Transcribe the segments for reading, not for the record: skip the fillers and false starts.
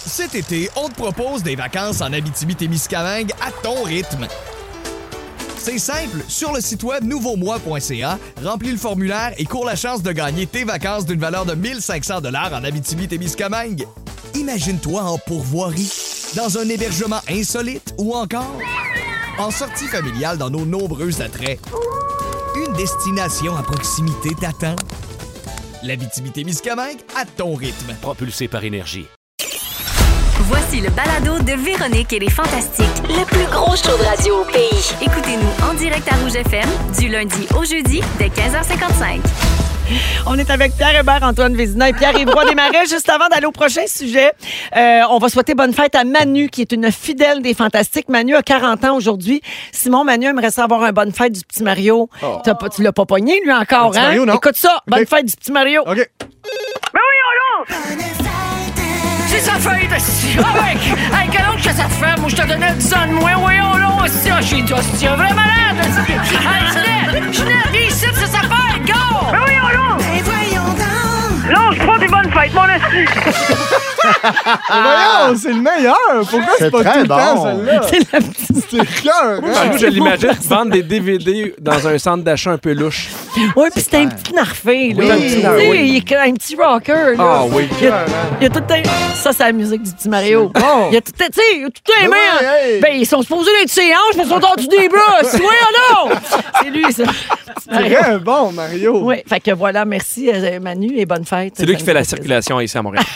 Cet été, on te propose des vacances en Abitibi-Témiscamingue à ton rythme. C'est simple, sur le site web nouveaumois.ca, remplis le formulaire et cours la chance de gagner tes vacances d'une valeur de 1 500 $ en Abitibi-Témiscamingue. Imagine-toi en pourvoirie, dans un hébergement insolite ou encore en sortie familiale dans nos nombreux attraits. Une destination à proximité t'attend. L'Abitibi-Témiscamingue à ton rythme. Propulsé par Énergie. Voici le balado de Véronique et les Fantastiques. Le plus gros show de radio au pays. Écoutez-nous en direct à Rouge FM du lundi au jeudi dès 15h55. On est avec Pierre Hébert, Antoine Vézina et Pierre-Yves Roy Desmarais. Juste avant d'aller au prochain sujet, on va souhaiter bonne fête à Manu, qui est une fidèle des Fantastiques. Manu a 40 ans aujourd'hui. Simon, Manu aimerait savoir un bonne fête du petit Mario. Oh. Tu l'as pas pogné, lui, encore, hein? Mario, non. Écoute ça, bonne fête du petit Mario. OK. Mais oui, on c'est sa fête, aussi. Ah ouais! Hey, quel autre que ça te fait? Moi, je te donnais 10 ans de moins. Voyons, là, aussi. Ah, j'ai dit, c'est un vrai malade, aussi. Hey, Ginette, viens ici, c'est sa fête, go! Mais oui, on mais voyons donc! Lâche pas des bonnes fêtes, mon esti! Voyons, c'est le meilleur! Pourquoi c'est pas tout le temps, celle-là? C'est la petite... C'est clair! Moi, je l'imagine vendre des DVD dans un centre d'achat un peu louche. Oui, puis c'était un petit narfé, là. Oui, Tu sais, il est un petit rocker, là. Ah oui. Il y a tout un... Ça, c'est la musique du petit Mario. Bon. Il y a tout un... Tu sais, il y a tout un main. hey. Ben, ils sont supposés être ses hanches, mais ils sont en dessous des bras. Voyons donc! C'est lui, ça. C'est très bon, Mario! Oui, fait que voilà, merci Manu et bonne fête. C'est lui qui fait la circulation ici à Montréal.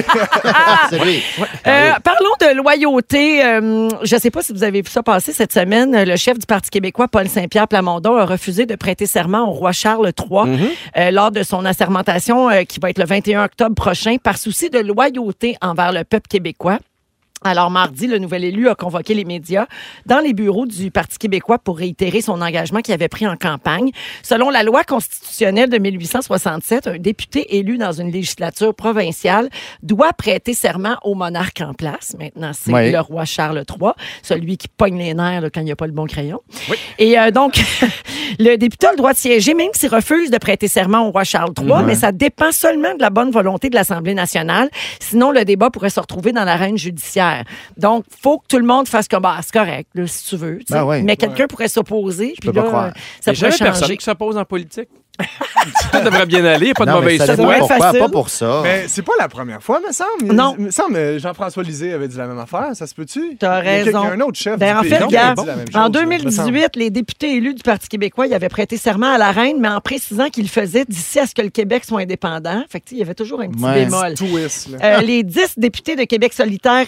C'est vrai. Parlons de loyauté. Je ne sais pas si vous avez vu ça passer cette semaine. Le chef du Parti québécois, Paul Saint-Pierre Plamondon, a refusé de prêter serment au roi Charles III lors de son assermentation qui va être le 21 octobre prochain par souci de loyauté envers le peuple québécois. Alors, mardi, le nouvel élu a convoqué les médias dans les bureaux du Parti québécois pour réitérer son engagement qu'il avait pris en campagne. Selon la loi constitutionnelle de 1867, un député élu dans une législature provinciale doit prêter serment au monarque en place. Maintenant, c'est le roi Charles III, celui qui pogne les nerfs là, quand il n'y a pas le bon crayon. Oui. Et donc, le député a le droit de siéger, même s'il refuse de prêter serment au roi Charles III, mais ça dépend seulement de la bonne volonté de l'Assemblée nationale. Sinon, le débat pourrait se retrouver dans l'arène judiciaire. Donc, il faut que tout le monde fasse comme c'est correct, là, si tu veux. Ben oui, mais quelqu'un pourrait s'opposer. Puis là, ça pourrait changer. Personne qui s'oppose en politique. Ça devrait bien aller, pas de mauvaise chose. Pourquoi pas pour ça? Mais c'est pas la première fois, me semble. Non. Il me semble Jean-François Lisée avait dit la même affaire. Ça se peut-tu? T'as raison. Il y a un autre chef en du fait, pays qui a dit la même chose. En 2018, les députés élus du Parti québécois ils avaient prêté serment à la reine, mais en précisant qu'ils le faisaient d'ici à ce que le Québec soit indépendant. Fait que, il y avait toujours un petit bémol. Twist, les 10 députés de Québec solidaire...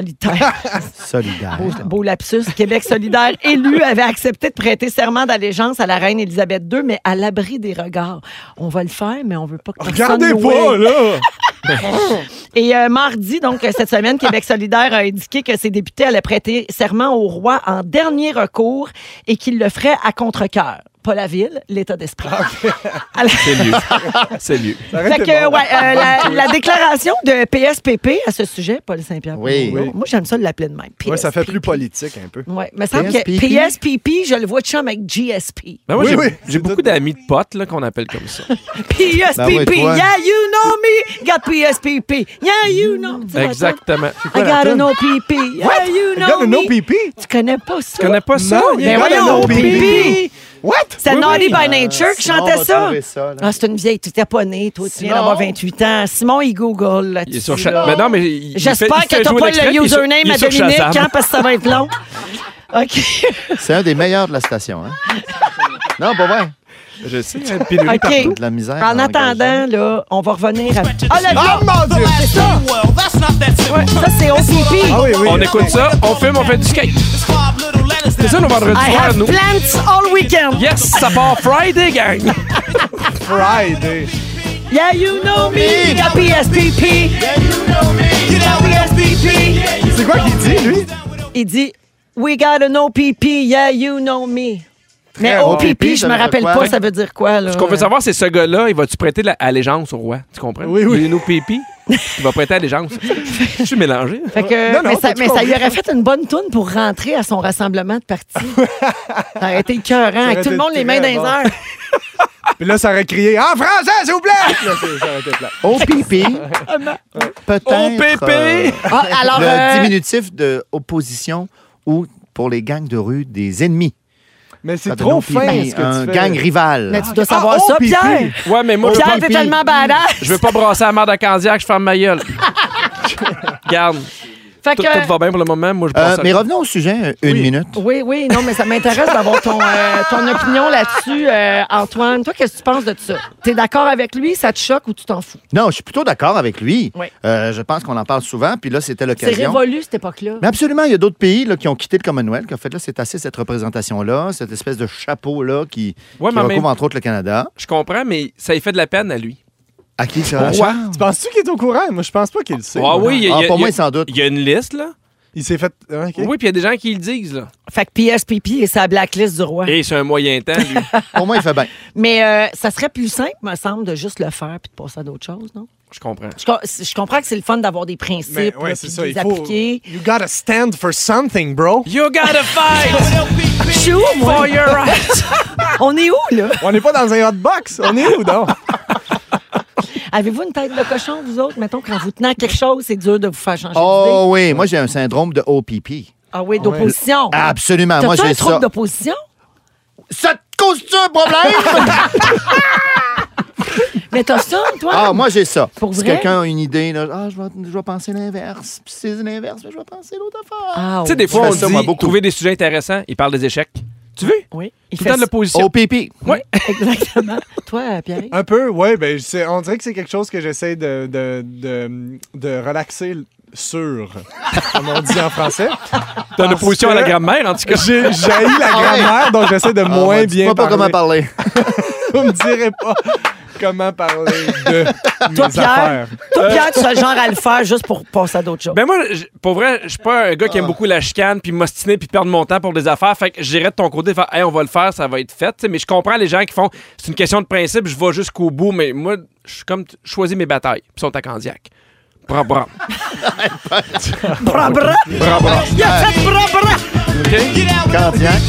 Solidaire. Beau lapsus. Québec solidaire élus avaient accepté de prêter serment d'allégeance à la reine Élisabeth II, mais à l'abri des regards. On va le faire, mais on veut pas que personne regardez pas, là! Et mardi, donc, cette semaine, Québec solidaire a indiqué que ses députés allaient prêter serment au roi en dernier recours et qu'ils le feraient à contre-cœur. Pas la ville, l'état d'esprit. C'est mieux. C'est mieux. Fait que, la déclaration de PSPP à ce sujet, Paul Saint-Pierre. Oui. Moi, j'aime ça l'appeler de même. Oui, ça fait plus politique un peu. Oui, mais ça me semble que PSPP, je le vois de chum avec GSP. Ben moi, j'ai beaucoup d'amis de potes là, qu'on appelle comme ça. PSPP, yeah, you know me. Got PSPP, yeah, you know. Exactement. I gotta know PP, yeah, you know me. me. PP? Tu connais pas ça? Tu connais pas ça? Ben voyons, PP. What? C'est Naughty by Nature qui chantait ça. C'est une vieille. Tu n'étais pas né, toi. Tu viens d'avoir 28 ans. Simon, il Google là-dessus. Mais non, mais j'espère que tu n'as pas le username à Dominique, parce que ça va être long. OK. C'est un des meilleurs de la station. Hein? Non, pas vrai. Je sais, il y a une pénurie partout. De la misère. En attendant, là, on va revenir à... Ah, mon Dieu! C'est ça! Ouais, ça, c'est OPP. Ah, oui. On écoute ça, on filme, on fait du skate. C'est ça, nos vendredis I soirs, have nous. plans all weekend. Yes, ça part Friday, gang. Friday. Yeah, you know me. Got PSPP. Yeah, you know me. Got PSPP. C'est quoi qu'il dit, lui? Il dit, we gotta know PP. Yeah, you know me. Mais OPP, je me rappelle pas, ça veut dire quoi, là? Ce qu'on veut savoir, c'est ce gars-là, il va-tu prêter allégeance au roi? Tu comprends? Oui. Il nous pipi. Il va prêter allégeance. Je suis mélangé. Fait que, Non, mais ça pas lui aurait fait une bonne toune pour rentrer à son rassemblement de parti. Ça aurait été écœurant, avec tout le monde les mains dans les airs. Puis là, ça aurait crié « En français, s'il vous plaît! » Là, ça aurait été plat. OPP, peut-être Alors, le diminutif de opposition ou, pour les gangs de rue, des ennemis. Mais c'est Ça fait trop OPP, fin, ce que un tu fais. gang rival. mais tu dois savoir ça, OPP. Pierre. Ouais, mais moi, Pierre, t'es tellement badass. je veux pas brasser la merde à Candiac, je ferme ma gueule. Garde. Fait Tout que, va bien pour le moment. Moi, je brasse Mais revenons au sujet, une minute. oui, non, mais ça m'intéresse d'avoir ton opinion là-dessus, Antoine. Toi, qu'est-ce que tu penses de ça? T'es d'accord avec lui? Ça te choque ou tu t'en fous? Non, je suis plutôt d'accord avec lui. Oui. Je pense qu'on en parle souvent, puis là, c'était C'est l'occasion. révolu, cette époque-là. Mais absolument, il y a d'autres pays là, qui ont quitté le Commonwealth, qui ont fait là, c'est assez cette représentation-là, cette espèce de chapeau-là qui Ouais, mais en recouvre même- entre autres le Canada. Je comprends, mais ça lui fait de la peine à lui. À qui ça? Pourquoi? Tu penses-tu qu'il est au courant? Moi, je pense pas qu'il le sait. Ah oui, Pour moi, sans doute. il y a une liste, là. Il s'est fait... OK. Oui, puis il y a des gens qui le disent, là. Fait que PSPP est sa blacklist du roi. Et c'est un moyen temps, lui. Pour moi, il fait bien. Mais ça serait plus simple, me semble, de juste le faire puis de passer à d'autres choses, non? Je comprends. Je comprends que c'est le fun d'avoir des principes Mais là, ouais, puis c'est de ça. les Il faut... appliquer. You gotta stand for something, bro. You gotta fight Je suis où, moi? for your rights. On est où, là? On n'est pas dans un hotbox. On est où, donc? Avez-vous une tête de cochon, vous autres? Mettons, quand vous tenez à quelque chose, c'est dur de vous faire changer d'idée. Oh oui, moi, j'ai un syndrome de OPP. Ah oui, d'opposition. Absolument, moi, T'as-tu j'ai un trouble ça. d'opposition? Ça te cause-tu un problème? Mais t'as ça, toi? Ah, moi, j'ai ça. Pour Si vrai? quelqu'un a une idée, là, je vais penser l'inverse. Puis si c'est l'inverse, je vais penser l'autre affaire. Ah, Tu sais, des fois, Je on fais ça, dit moi, beaucoup. trouver des sujets intéressants. Il parle des échecs. Tu veux? oui. Il Tout le temps de l'opposition. OPP. Oui. Exactement. Toi, Pierre? Un peu, oui. Ben, on dirait que c'est quelque chose que j'essaie de relaxer sur, comme on dit en français. T'as une opposition à la grammaire, en tout cas. J'ai jailli la grammaire, donc j'essaie de moins bien Dis-moi pas comment parler. parler. Vous me direz pas comment parler de Toi, mes Pierre? affaires. Toi, Pierre, tu serais le genre à le faire juste pour passer à d'autres choses. Ben moi, pour vrai, je suis pas un gars qui aime beaucoup la chicane, puis m'ostiner, puis perdre mon temps pour des affaires. Fait que j'irais de ton côté faire, hey, on va le faire, ça va être fait. t'sais. Mais je comprends les gens qui font, c'est une question de principe, je vais jusqu'au bout. Mais moi, je suis comme, choisis mes batailles, puis sont à Candiac. Bra, bra. Bra, bra. Bra, bra. Il a fait bra, bra. OK? Candiac.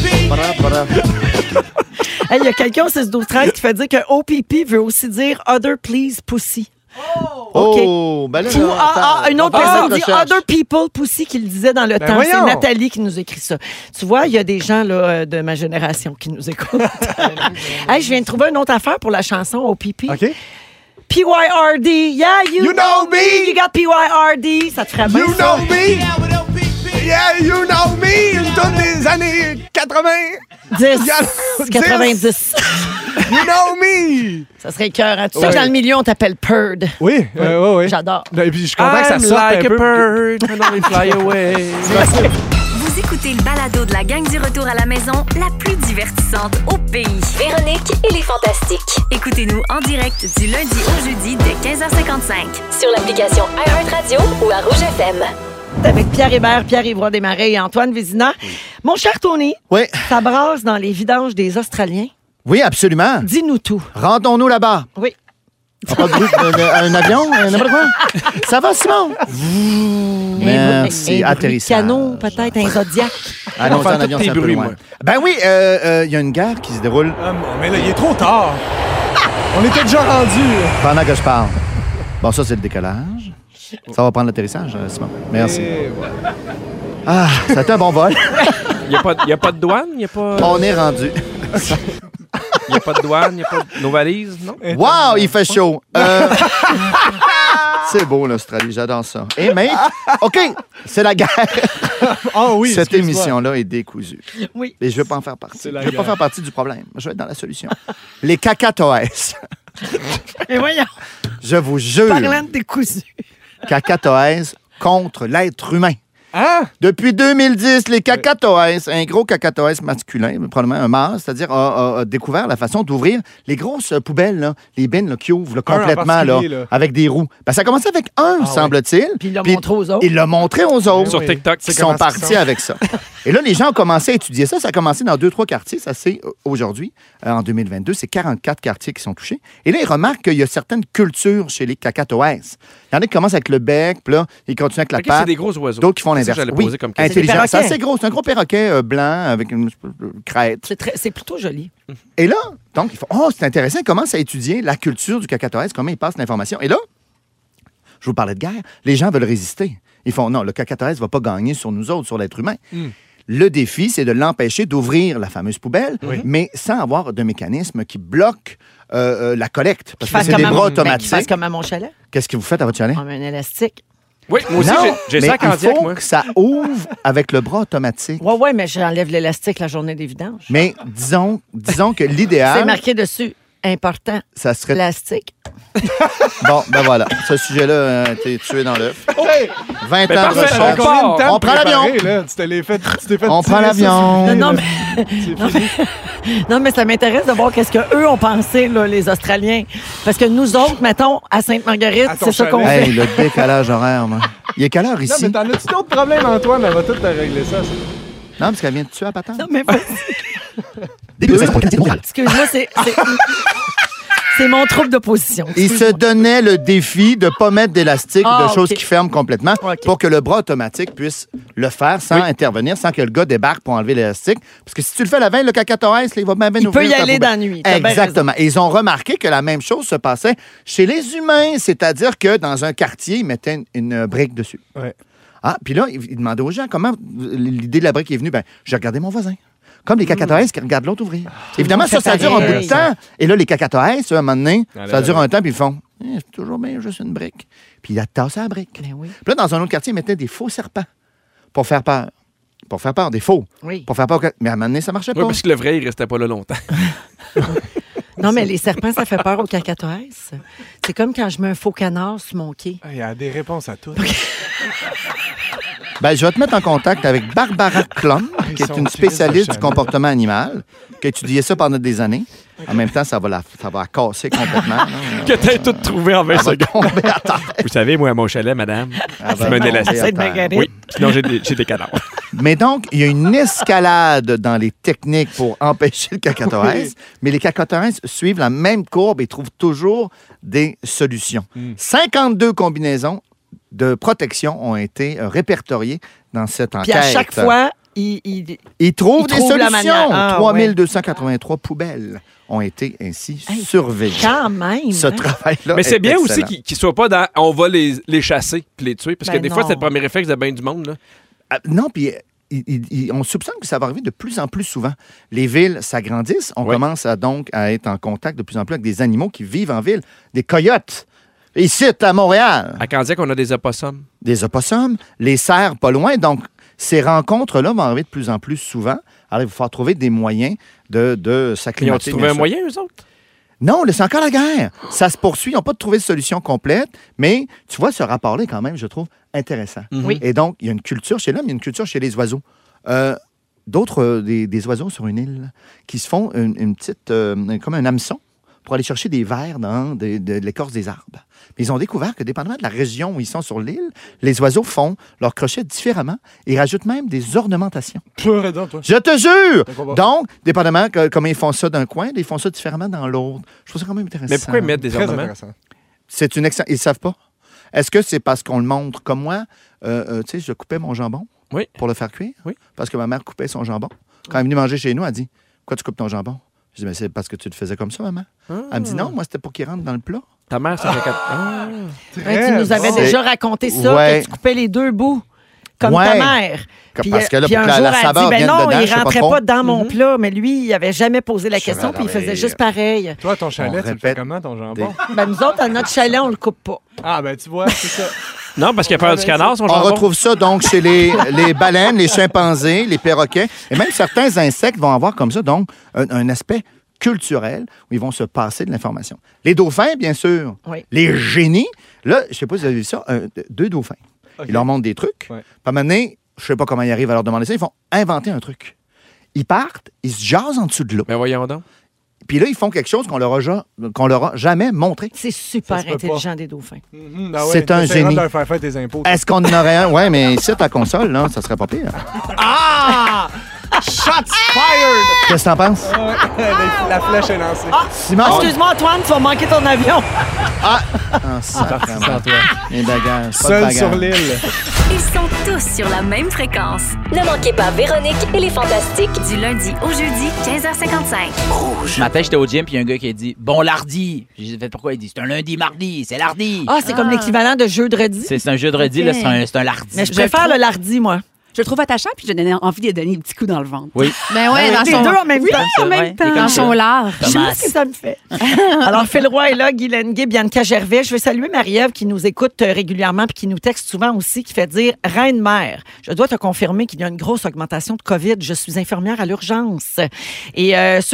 Hey, il y a quelqu'un au 6-12-13 qui fait dire que OPP veut aussi dire Other Please Pussy. OK. Oh, ben là, Ou une autre personne dit recherche. Other People Pussy qui le disait dans le temps. voyons. C'est Nathalie qui nous écrit ça. Tu vois, il y a des gens là, de ma génération qui nous écoutent. Hey, je viens de trouver une autre affaire pour la chanson OPP. OK? PYRD. Yeah, You know me. You got PYRD. Ça te ferait bien You ça. know me! Yeah, you know me! Une tonne des années 80! 10, 90. You know me! Ça serait écœurant. Tu sais Ouais. que dans le milieu, on t'appelle Purd. Oui, oui. J'adore. Et puis je suis content que ça I'm sorte like un peu. bird when I fly away. Vous écoutez le balado de la gang du retour à la maison, la plus divertissante au pays. Véronique et les Fantastiques. Écoutez-nous en direct du lundi au jeudi dès 15h55. Sur l'application iHeartRadio ou à Rouge FM. Avec Pierre Hébert, Pierre-Yves Desmarais et Antoine Vézina. Mon cher Tony, Oui. ça brasse dans les vidanges des Australiens. Oui, absolument. Dis-nous tout. Rendons-nous là-bas. Oui. Pas de bruit, un avion, n'importe quoi. Ça va, Simon? Merci. Un Atterrissage. canot, peut-être, un Zodiac. Ah non, On va c'est faire en avion, tous c'est tes un peu bruits, loin. moi. Ben oui, il y a une guerre qui se déroule Ah, mais là, il est trop tard. On était déjà rendu. pendant que je parle. Bon, ça, c'est le décollage. Ça va prendre l'atterrissage, Simon. Merci. Et voilà. Ah, ça a été un bon vol. Il n'y a pas de douane, il n'y a pas... On est rendu. Il n'y a pas de douane, il n'y a pas de... Nos valises, non? Wow, il fait chaud. C'est beau, l'Australie. J'adore ça. Et mec, OK, c'est la guerre. Ah oui, Cette excuse-moi. émission-là est décousue. Oui. Et je ne veux pas en faire partie. Je C'est ne la veux pas guerre. faire partie du problème. Je vais être dans la solution. Les cacatoès. Et voyons, Je vous jure, parlant de tes cousus. cacatoès contre l'être humain. Hein? Depuis 2010, les cacatoès, un gros cacatoès masculin, probablement un mâle, c'est-à-dire a découvert la façon d'ouvrir les grosses poubelles, là, les bins là, qui ouvrent là, Un en complètement particulier, là, là. avec des roues. Ben, ça a commencé avec un, semble-t-il. Puis il l'a montré aux autres. Il l'a montré aux autres. Sur TikTok. Qui C'est sont comment ça partis sent. avec ça. Et là, les gens ont commencé à étudier ça. Ça a commencé dans 2-3 quartiers. Ça, c'est aujourd'hui, en 2022. C'est 44 quartiers qui sont touchés. Et là, ils remarquent qu'il y a certaines cultures chez les cacatoès. Il y en a qui commencent avec le bec, puis là, ils continuent avec la Ok, patte. c'est des gros oiseaux. D'autres qui font C'est ça l'inverse. que j'allais poser comme question. Intelligent. C'est des C'est assez perroquets. gros. C'est un gros perroquet blanc avec une crête. C'est plutôt joli. Et là, donc, ils font oh, c'est intéressant. Ils commencent à étudier la culture du cacatoès, comment ils passent l'information. Et là, je vous parlais de guerre. Les gens veulent résister. Ils font non, le cacatoès ne va pas gagner sur nous autres, sur l'être humain. Le défi, c'est de l'empêcher d'ouvrir la fameuse poubelle, mais sans avoir de mécanisme qui bloque la collecte. Parce que c'est des bras Qui fasse automatiques. comme à mon chalet. Qu'est-ce que vous faites à votre chalet? On met un élastique. Oui, moi aussi, Non, j'ai mais ça il cardiaque, faut moi. que ça ouvre avec le bras automatique. Ouais, mais j'enlève l'élastique la journée des vidanges. Mais disons que C'est l'idéal, marqué dessus. Important. ça serait... Plastique. Bon, ben voilà. Ce sujet-là a été tué dans l'œuf. 20 ans de parfait, recherche. on Combien de temps On prend l'avion. préparer, là? Tu t'es fait On prend tirer ça l'avion. sur le Non, pied, mais, là. C'est fini. non, mais ça m'intéresse de voir qu'est-ce qu'eux ont pensé, là, les Australiens. Parce que nous autres, mettons, à Sainte-Marguerite, À ton c'est ça qu'on chalet. fait. Hey, le décalage horaire, moi. Il est quelle heure Non, ici? mais t'en as-tu d'autres problèmes, Antoine? Elle va tout te régler ça. Non, parce qu'elle vient de tuer à patente. Non, mais excuse-moi, c'est mon trouble d'opposition. Il se donnait le défi de ne pas mettre d'élastique ou de Ah, choses OK. qui ferment complètement OK. pour que le bras automatique puisse le faire sans intervenir, sans que le gars débarque pour enlever l'élastique. Parce que si tu le fais la veille, le cacatoès, il va même Il peut y ouvrir ta aller poubelle. dans la nuit. T'as bien Exactement. Et ils ont remarqué que la même chose se passait chez les humains, c'est-à-dire que dans un quartier, ils mettaient une brique dessus. Ouais. Ah, puis là, ils demandaient aux gens comment l'idée de la brique est venue. Ben, j'ai regardé mon voisin. Comme les cacatoès qui regardent l'autre ouvrir. Évidemment, le monde ça fait dure un bout pareil. de temps. Et là, les cacatoès, eux, à un moment donné, Allez, ça dure allez. un temps, puis ils font c'est toujours bien juste une brique. Puis ils tassent la brique. Ben oui. Puis là, dans un autre quartier, ils mettaient des faux serpents pour faire peur. Pour faire peur, des faux. Oui. Pour faire peur. Mais à un moment donné, ça marchait Oui, pas. parce que le vrai, il restait pas là longtemps. Non, mais les serpents, ça fait peur aux cacatoès. C'est comme quand je mets un faux canard sur mon quai. Il y a des réponses à tout. Ben, je vais te mettre en contact avec Barbara Klum, qui est sont une tristes, spécialiste du Chanel. comportement animal, qui a étudié ça pendant des années. En même temps, ça va la casser complètement. là. Que t'as tout trouvé en 20 Elle va secondes. tomber à terre. Vous savez, moi, à mon chalet, madame, Elle va je mets un tomber élastique. à C'est de terre. Marguerite. Oui, sinon j'ai des canards. Mais donc, il y a une escalade dans les techniques pour empêcher le cacatoès, mais les cacatoès suivent la même courbe et trouvent toujours des solutions. 52 combinaisons de protection ont été répertoriées dans cette enquête. Puis à chaque fois, il Ils trouvent des trouvent la solutions. manière. Ah, 3283 poubelles ont été ainsi Hey, surveillées. quand même. Ce hein. travail-là Mais c'est est bien aussi excellent. qu'ils soient pas dans on va les chasser puis les tuer. Parce que Ben des fois, non. c'est le premier réflexe de bien du monde. Là. Ah, non, puis on soupçonne que ça va arriver de plus en plus souvent. Les villes s'agrandissent. On Oui. commence donc à être en contact de plus en plus avec des animaux qui vivent en ville. Des coyotes. Ici, à Montréal. À Candiac, on a des opossums. Des opossums. Les cerfs pas loin. Donc, ces rencontres-là vont arriver de plus en plus souvent. Alors, il va falloir trouver des moyens de Ils s'acclimater. ont-tu trouvé bien un sûr. moyen, eux autres? Non, là, c'est encore la guerre. Ça se poursuit. Ils n'ont pas trouvé de solution complète. Mais tu vois, ce rapport-là est quand même, je trouve, intéressant. Oui. Et donc, il y a une culture chez l'homme, il y a une culture chez les oiseaux. D'autres, des oiseaux sur une île, qui se font une petite, comme un hameçon, pour aller chercher des vers dans de l'écorce des arbres. Puis ils ont découvert que, dépendamment de la région où ils sont sur l'île, les oiseaux font leur crochet différemment et rajoutent même des ornementations. Pure donc, toi. Je te jure! D'accord, bon. Donc, dépendamment comment ils font ça d'un coin, ils font ça différemment dans l'autre. Je trouve ça quand même intéressant. Mais pourquoi ils mettent des Très ornements? intéressant. C'est une excellente... Ils ne savent pas. Est-ce que c'est parce qu'on le montre comme moi? Tu sais, je coupais mon jambon Oui. pour le faire cuire. Oui. Parce que ma mère coupait son jambon. Quand elle est venue manger chez nous, elle dit « Pourquoi tu coupes ton jambon? » Je dis « Mais c'est parce que tu le faisais comme ça, maman. Elle me dit « Non, moi, c'était pour qu'il rentre dans le plat. Ta mère, ça fait 4 Ouais, tu nous avais bon. déjà raconté ça, Ouais. que tu coupais les deux bouts, comme Ouais. ta mère. Parce que là, puis pour un que jour, la elle a saveur dit, ben vienne non, dedans, il je sais pas rentrait trop. pas dans mon plat, mais lui, il avait jamais posé la question, puis il faisait juste pareil. Toi, ton chalet, tu le fais répète comment, ton jambon? Ben, nous autres, à notre chalet, on le coupe pas. Ah, ben tu vois, c'est ça. Non, parce qu'il a peur du canard, son On jambon. retrouve ça donc chez les baleines, les chimpanzés, les perroquets. Et même certains insectes vont avoir comme ça donc un aspect culturel où ils vont se passer de l'information. Les dauphins, bien sûr. Oui. Les génies. Là, je ne sais pas si vous avez vu ça, 2 dauphins. OK. Ils leur montrent des trucs. Ouais. Puis à un moment donné, je ne sais pas comment ils arrivent à leur demander ça, ils vont inventer un truc. Ils partent, ils se jasent en dessous de l'eau. Mais voyons donc. Puis là, ils font quelque chose qu'on leur a jamais montré. C'est super Ça se peut intelligent des dauphins. Mhm, ben ouais, C'est un t'essaieras génie. de leur faire faire tes impôts. Est-ce qu'on en aurait un? Oui, mais ici, ta console, là, ça serait pas pire. Ah! Shots fired! Qu'est-ce que t'en penses? La flèche est lancée. Simon? Excuse-moi, Antoine, tu vas manquer ton avion. Ah, sacrément. Les bagarres. Pas de Seul bagarre. sur l'île. Ils sont tous sur la même fréquence. Ne manquez pas Véronique et les Fantastiques. Du lundi au jeudi, 15h55. Ce matin, j'étais au gym, puis il y a un gars qui a dit « Bon lardi ». J'ai fait « Pourquoi ». Il dit « C'est un lundi, mardi, c'est lardi ». Ah, c'est comme l'équivalent de jeudi. C'est un jeudi, là, c'est un lardi. Mais je préfère le lardi, moi. Je le trouve attachant, puis j'ai donné envie de donner un petit coup dans le ventre. Oui. Ben ouais, dans Les son... deux en même temps. en même temps. Dans son lard. Je sais pas ce que ça me fait. Alors, Phil Roy est là, Guy Lenguet, Bianca Gervais. Je veux saluer Marie-Ève qui nous écoute régulièrement puis qui nous texte souvent aussi, qui fait dire « Reine-mère, je dois te confirmer qu'il y a une grosse augmentation de COVID. Je suis infirmière à l'urgence. » Et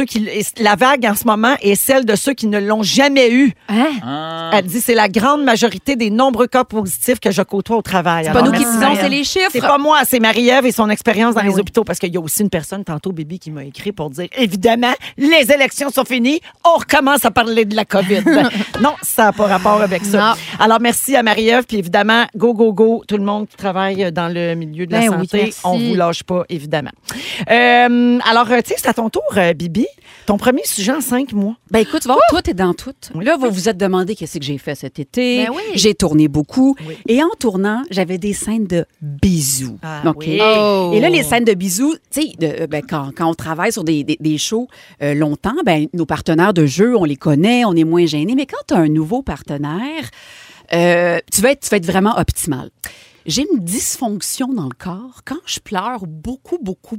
la vague en ce moment est celle de ceux qui ne l'ont jamais eu. Hein? Elle dit « C'est la grande majorité des nombreux cas positifs que je côtoie au travail. » C'est pas nous qui merci, disons, Marie-Ève. c'est les chiffres. C'est pas moi, c'est Marie-Ève et son expérience dans Ben les oui. hôpitaux. Parce qu'il y a aussi une personne, tantôt, Bibi, qui m'a écrit pour dire évidemment, les élections sont finies, on recommence à parler de la COVID. Non, ça n'a pas rapport avec ça. Non. Alors, merci à Marie-Ève. Puis évidemment, go, tout le monde qui travaille dans le milieu de la Ben oui, santé. merci. On vous lâche pas, évidemment. Alors, tu sais, c'est à ton tour, Bibi. Ton premier sujet en 5 mois. Ben écoute, tu vas voir, tout est dans tout. Là, vous vous êtes demandé qu'est-ce que j'ai fait cet été. Ben oui. J'ai tourné beaucoup. Oui. Et en tournant, j'avais des scènes de bisous. Ah, OK? oui. Oh. Et là, les scènes de bisous, tu sais, quand on travaille sur des shows longtemps, ben nos partenaires de jeu, on les connaît, on est moins gênés. Mais quand tu as un nouveau partenaire, tu vas être vraiment optimal. J'ai une dysfonction dans le corps. Quand je pleure beaucoup,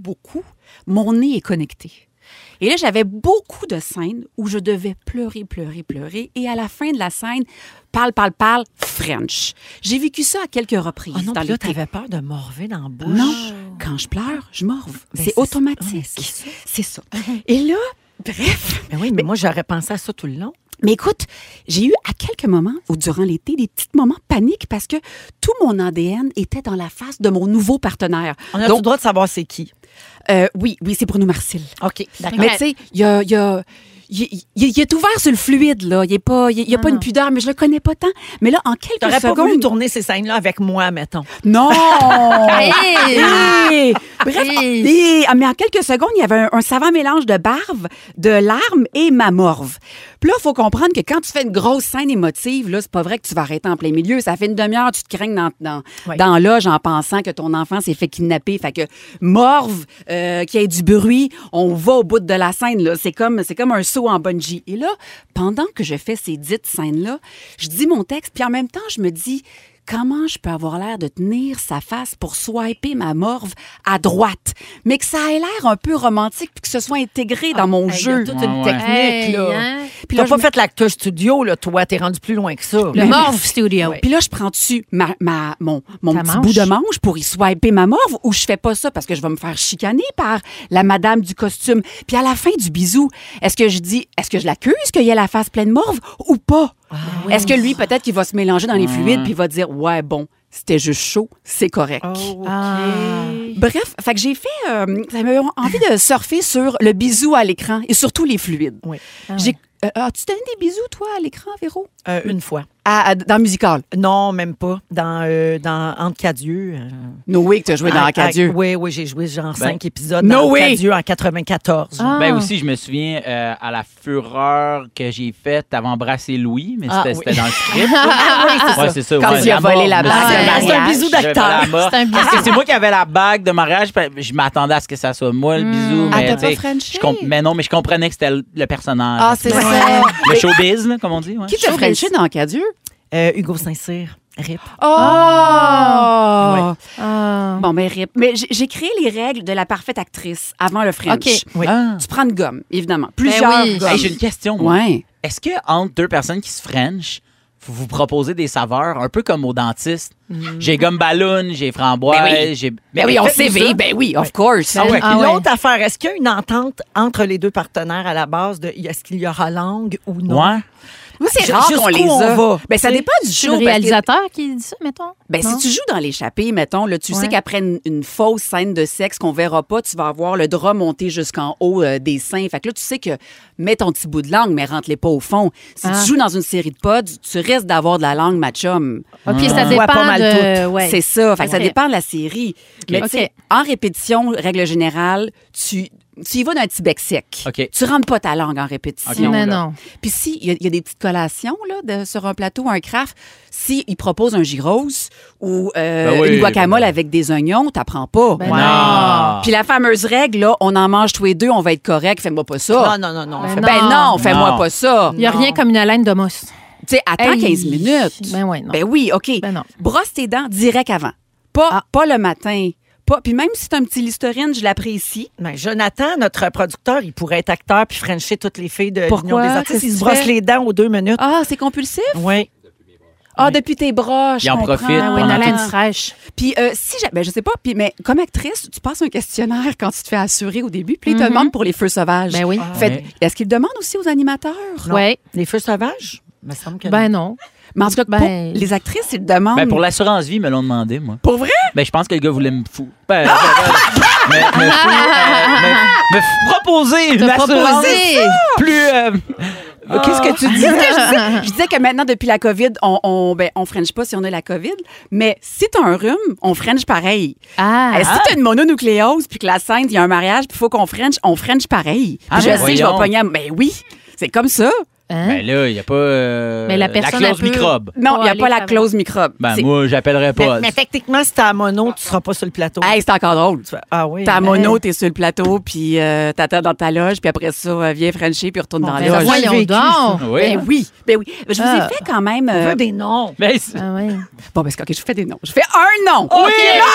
mon nez est connecté. Et là, j'avais beaucoup de scènes où je devais pleurer. Et à la fin de la scène, parle, French. J'ai vécu ça à quelques reprises. Ah non, dans puis là, l'été. t'avais peur de morver dans la bouche. Non, quand je pleure, je morve. Ben, c'est c'est automatique. ça. Ouais, c'est ça. C'est ça. Et là, bref. Ben oui, mais moi, j'aurais pensé à ça tout le long. Mais écoute, j'ai eu à quelques moments, ou durant l'été, des petits moments paniques parce que tout mon ADN était dans la face de mon nouveau partenaire. On a Donc, le droit de savoir c'est qui. oui, c'est Bruno Marcil. OK, d'accord. Mais tu sais, il est ouvert sur le fluide, là. Il n'y a pas une pudeur, mais je le connais pas tant. Mais là, en quelques T'aurais pas voulu secondes... tourner ces scènes-là avec moi, mettons. Non! Hey! Bref, Hey! mais en quelques secondes, il y avait un savant mélange de bave, de larmes et ma morve. Puis là, il faut comprendre que quand tu fais une grosse scène émotive, là, c'est pas vrai que tu vas arrêter en plein milieu. Ça fait une demi-heure, tu te craignes dans la loge en pensant que ton enfant s'est fait kidnapper. Fait que morve, qu'il y ait du bruit, on va au bout de la scène, là. C'est comme un saut en bungee. Et là, pendant que je fais ces dites scènes-là, je dis mon texte, puis en même temps, je me dis... Comment je peux avoir l'air de tenir sa face pour swiper ma morve à droite, mais que ça ait l'air un peu romantique puis que ce soit intégré dans mon Hey, jeu. il y a toute une Ouais. technique, Hey, là. hein? Puis T'as là, pas je fait l'acteur studio, là, toi. T'es rendu plus loin que ça. Le Morve Studio. Puis là, je prends dessus mon Ta petit manche. bout de manche pour y swiper ma morve ou je fais pas ça parce que je vais me faire chicaner par la madame du costume. Puis à la fin du bisou, est-ce que je l'accuse qu'il y a la face pleine de morve ou pas? Est-ce que lui, peut-être qu'il va se mélanger dans les fluides puis il va dire, ouais, bon, c'était juste chaud, c'est correct. Oh, OK. Bref, fait que j'ai fait... ça m'a envie de surfer sur le bisou à l'écran et surtout les fluides. Oui. As-tu donné des bisous, toi, à l'écran, Véro? Une fois. Dans Musical. Non, même pas. Dans Entre Cadieux. No way que tu as joué dans Acadieux. Oui, j'ai joué genre 5 épisodes no dans way. Cadieux en 94. Ah. Ben aussi, je me souviens à la fureur que j'ai faite, t'avais embrassé Louis, mais Ah, c'était oui. dans le script. oui, Ouais, c'est ça. Quand ouais, tu as volé la mort, bague c'est de le mariage. C'est un bisou J'avais d'acteur. volé la mort. C'est un bisou. Parce que c'est moi qui avais la bague de mariage, puis je m'attendais à ce que ça soit moi, le bisou. Ah, Mais, t'as tu sais, pas frenché? mais non, mais je comprenais que c'était le personnage. Ah, c'est ça. Le showbiz, là, comme on dit. Ouais. Qui t'a frenché dans Acadieux? Hugo Saint-Cyr. RIP. Oh! Ah. Bon, ben rip. Mais j'ai créé les règles de la parfaite actrice avant le French. OK. Oui. Ah. Tu prends une gomme, évidemment. Plusieurs oui. gommes. Hey, j'ai une question. moi. Ouais. Est-ce que entre deux personnes qui se french, vous proposez des saveurs un peu comme au dentiste? J'ai gomme ballon, j'ai framboise, Ben oui. j'ai... Ben oui, on faites-vous CV. ça? Ben oui, of course. Ah ouais. Ah ouais. L'autre affaire, est-ce qu'il y a une entente entre les deux partenaires à la base de est-ce qu'il y aura langue ou non? Ouais. Nous, c'est rare qu'on les a. Ben, ça dépend du C'est show. le réalisateur qui dit ça, mettons? Ben, Non? si tu joues dans l'échappée, mettons, là, tu sais qu'après une fausse scène de sexe qu'on verra pas, tu vas avoir le drap monté jusqu'en haut des seins. Fait que là, tu sais que mets ton petit bout de langue, mais rentre-les pas au fond. Si tu joues dans une série de pods, tu risques d'avoir de la langue, ma chum. OK, ça On voit dépend pas mal de... tout. Ouais. C'est ça. Fait que ça Ok. dépend de la série. Mais tu sais, en répétition, règle générale, tu y vas d'un petit bec sec. OK. Tu rentres pas ta langue en répétition. Mais là. non. Puis si il y a des petites collations là, sur un plateau, un craft, si il propose un gyros ou une guacamole avec des oignons, t'apprends pas. Ben non. Puis la fameuse règle, là, on en mange tous les deux, on va être correct, fais-moi pas ça. Non. Ben Ben non, fais-moi Non. pas ça. Il n'y a rien comme une haleine de mousse. Tu sais, attends Hey. 15 minutes. Ben ouais, non. Ben oui, OK. Ben non. Brosse tes dents direct avant. Pas le matin. Puis même si c'est un petit Listerine, je l'apprécie. Ben, Jonathan, notre producteur, il pourrait être acteur puis frencher toutes les filles de Pourquoi? l'Union des artistes. Qu'est-ce Il que se tu brosse fais? les dents aux 2 minutes. Ah, c'est compulsif? Oui. Ah, depuis tes bras, je Il en comprends. profite Ah oui, une pendant haleine tout. fraîche. Puis je sais pas, mais comme actrice, tu passes un questionnaire quand tu te fais assurer au début, puis ils te demandent pour les feux sauvages. Ben oui. Est-ce qu'ils le demandent aussi aux animateurs? Oui. Les feux sauvages? Il me semble que Ben non. Mais en tout cas, Ben- pour les actrices, ils le demandent. Ben, pour l'assurance vie, ils me l'ont demandé, moi. Pour vrai? Ben, je pense que le gars voulait me foutre. Me proposer une Te assurance proposer. plus... Qu'est-ce que tu dis? Je disais que maintenant, depuis la COVID, on French pas si on a la COVID, mais si t'as un rhume, on French pareil. Si t'as une mononucléose, puis que la scène, il y a un mariage, puis il faut qu'on French, on French pareil. Ah, Puis je ben sais que je vais voyons. pogner... Ben oui, c'est comme ça. Hein? Ben là, il n'y a pas Mais la personne, clause elle peut- microbe. Non, il n'y a aller pas la travailler. clause microbe. Ben, C'est- moi, j'appellerais pas. Mais techniquement, si t'as mono, tu seras pas sur le plateau. Hey, c'est encore drôle. Ah oui. T'as ben, mono, t'es sur le plateau, puis t'attends dans ta loge, puis après ça, viens Frencher, puis retourne Bon, dans ben, la ça loge. voit- Voyons vécu, donc. Oui. Ben oui, ben oui. Je vous ai Ah. fait quand même... On veut des noms. Ben, Ah oui. Bon, ben c'est OK, je fais des noms. Je fais un nom. OK. Non, OK.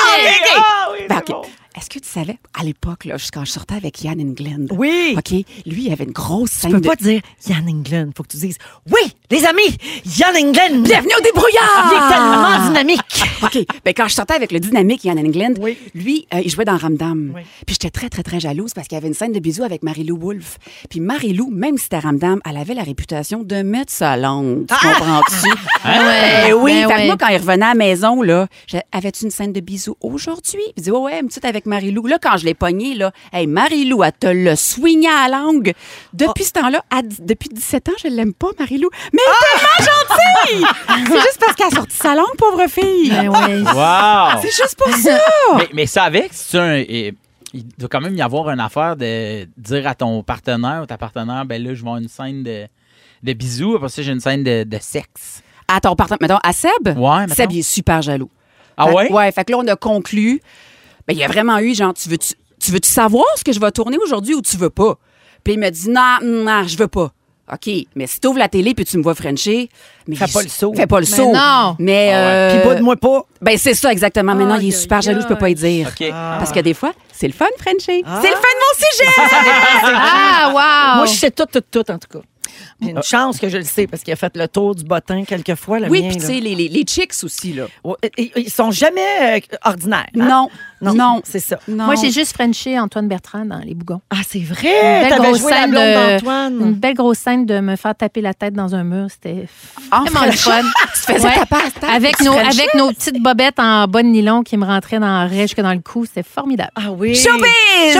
Ah oui, Ben, c'est OK. bon. Est-ce que tu savais, à l'époque, là, quand je sortais avec Yann Englund, Oui. OK, lui, il avait une grosse Tu scène peux de... pas dire Yann Englund. Faut que tu dises oui, les amis, Yann Englund. Bienvenue au débrouillard! Il est tellement dynamique. OK. Ben, quand je sortais avec le dynamique Yann Englund, Oui. lui, il jouait dans Ramdam. Oui. Puis j'étais très, très, très jalouse parce qu'il y avait une scène de bisous avec Marie-Lou Wolfe. Puis Marie-Lou, même si c'était Ramdam, elle avait la réputation de mettre sa langue. Tu comprends-tu? Ouais. Ben oui. Ben Fait que ouais. moi, quand il revenait à la maison, là, avais-tu une scène de bisous aujourd'hui? Il dit, ouais, une petite avec Marie-Lou. Là, quand je l'ai pogné, là, hey, Marie-Lou, elle te l'a swingé à la langue. Depuis ce temps-là, depuis 17 ans, je l'aime pas, Marie-Lou. Mais elle est tellement gentille! C'est juste parce qu'elle a sorti sa langue, pauvre fille. Ben ouais. wow! C'est juste pour ça. Mais ça avec, c'est il doit quand même y avoir une affaire de dire à ton partenaire ou ta partenaire, ben là, je vais avoir une scène de bisous, après ça, j'ai une scène de sexe. À ton partenaire, mettons, à Seb, Ouais, mettons. Seb, il est super jaloux. Ah Fait- ouais? Ouais, fait que là, on a conclu. Ben, il y a vraiment eu, genre, tu veux-tu savoir ce que je vais tourner aujourd'hui ou tu veux pas? Puis il me dit, non, je veux pas. OK, mais si tu ouvres la télé puis tu me vois Frencher, mais Fais pas le saut. Fais pas le saut. non. Mais Puis pas de moi pas. ben c'est ça exactement. Maintenant, il est super jaloux, je peux pas y dire. OK. Parce que des fois, c'est le fun Frencher. C'est le fun de mon sujet. Ah, wow! Moi, je sais tout, en tout cas. J'ai une chance que je le sais parce qu'il a fait le tour du bottin quelques fois, le Oui, mien. puis tu là. sais les chicks aussi là. Ouais, ils sont jamais ordinaires. hein? Non. C'est ça. Non. Moi, j'ai juste Frenché Antoine Bertrand dans Les Bougons. Ah, c'est Une vrai! belle T'avais grosse joué la scène blonde Une d'Antoine. belle grosse scène de me faire taper la tête dans un mur. C'était En vraiment le fun. Tu faisais Ouais. ta passe Avec nos petites bobettes en bas de nylon qui me rentraient dans le raie jusque dans le cou. C'était formidable. Ah oui! Showbiz!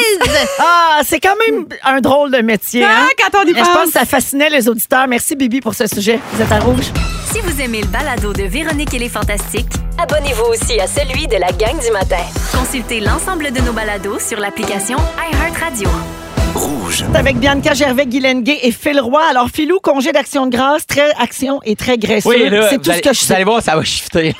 Ah, c'est quand même un drôle de métier. Ah, Hein? quand on y Je pense pense. que ça fascinait les auditeurs. Merci, Bibi, pour ce sujet. Vous êtes à rouge. Si vous aimez le balado de Véronique et les Fantastiques, Abonnez-vous aussi à celui de la gang du matin. consultez l'ensemble de nos balados sur l'application iHeartRadio. C'est avec Bianca Gervais, Guy Lenguet et Phil Roy. Alors, Philou, congé d'action de grâce, très action et très graisseux. Oui, là, c'est tout ce que je vous sais. allez voir, ça va shifter.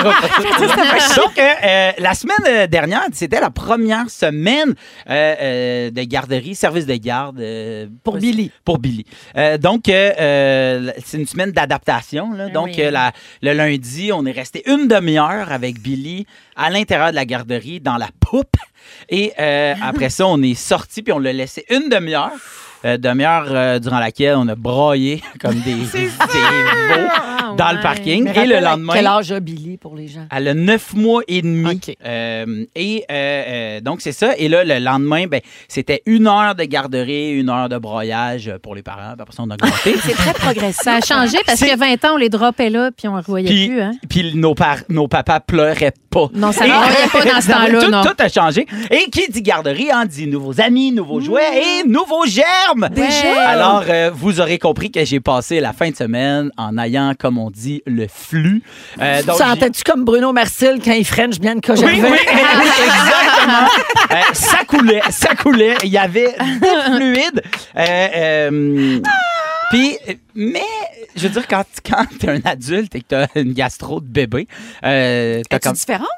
Donc, la semaine dernière, c'était la première semaine de garderie, service de garde. Pour Billy. Pour Billy. Donc, c'est une semaine d'adaptation. Là. Donc, oui. le lundi, on est resté une demi-heure avec Billy à l'intérieur de la garderie, dans la poupe. Et après ça, on est sorti puis on l'a laissé une demi-heure. Demi-heure durant laquelle on a braillé comme des veaux. dans le parking. Mais Et le rappelle, lendemain... Quel âge a Billy pour les gens? Elle a 9 mois et demi. OK. Donc, c'est ça. Et là, le lendemain, c'était 1 heure de garderie, 1 heure de broyage pour les parents. Puis après ça, on a augmenté. C'est très progressif. Ça a changé parce qu'il y a 20 ans, on les dropait là puis on ne revoyait plus. Hein? Puis nos papas pleuraient pas. Non, ça ne revoyait pas dans ce temps-là, non. Tout a changé. Et qui dit garderie, dit nouveaux amis, nouveaux jouets et nouveaux germes. Déjà? Alors, vous aurez compris que j'ai passé la fin de semaine en ayant, comme on dit, le flux. Donc, Sentais-tu comme Bruno Marcil quand il French Bianca Oui, Gervais? oui, exactement. Ça coulait. Il y avait des fluides. Puis, mais, je veux dire, quand t'es un adulte et que t'as une gastro de bébé, Es-tu différente?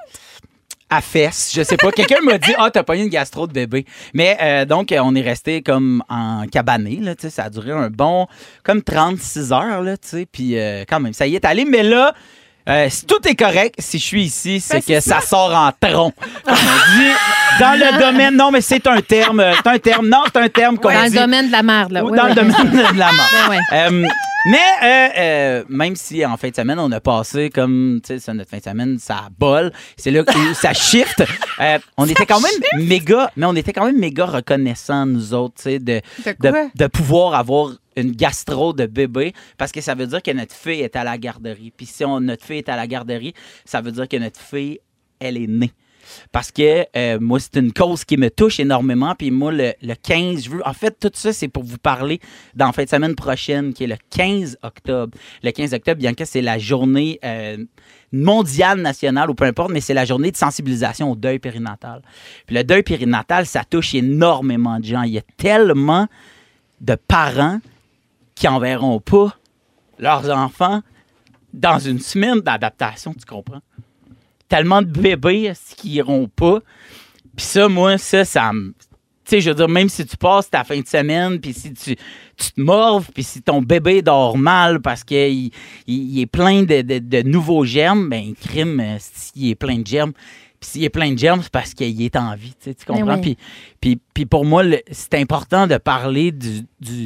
à fesse, je sais pas. Quelqu'un m'a dit, t'as pas eu une gastro de bébé. Mais donc, on est resté comme en cabané, là, tu sais, ça a duré un bon, comme 36 heures, là, tu sais, puis quand même, ça y est allé. Mais là, si tout est correct, si je suis ici, c'est que ça sort en tronc. Comme on dit, dans le domaine, non, mais c'est un terme qu'on dit. Dans le domaine de la merde, là. Ou Oui, dans oui. le domaine de la merde. Ben ouais. Mais même si en fin de semaine, on a passé comme, tu sais, notre fin de semaine, ça bol, c'est là où ça shift. On était quand même méga reconnaissants, nous autres, tu sais, de pouvoir avoir une gastro de bébé parce que ça veut dire que notre fille est à la garderie. Puis si notre fille est à la garderie, ça veut dire que notre fille, elle est née. Parce que moi, c'est une cause qui me touche énormément. Puis moi, le 15, en fait, tout ça, c'est pour vous parler dans la fin de semaine prochaine, qui est le 15 octobre. Le 15 octobre, bien que c'est la journée mondiale, nationale, ou peu importe, mais c'est la journée de sensibilisation au deuil périnatal. Puis le deuil périnatal, ça touche énormément de gens. Il y a tellement de parents qui n'enverront pas leurs enfants dans une semaine d'adaptation, tu comprends? Tellement de bébés qui iront pas. Puis ça, moi, ça me... Tu sais, je veux dire, même si tu passes ta fin de semaine, puis si tu te morves, puis si ton bébé dort mal parce qu'il est plein de nouveaux germes, ben crime, s'il est plein de germes. Puis s'il est plein de germes, c'est parce qu'il est en vie, tu comprends? Oui. Puis pour moi, c'est important de parler du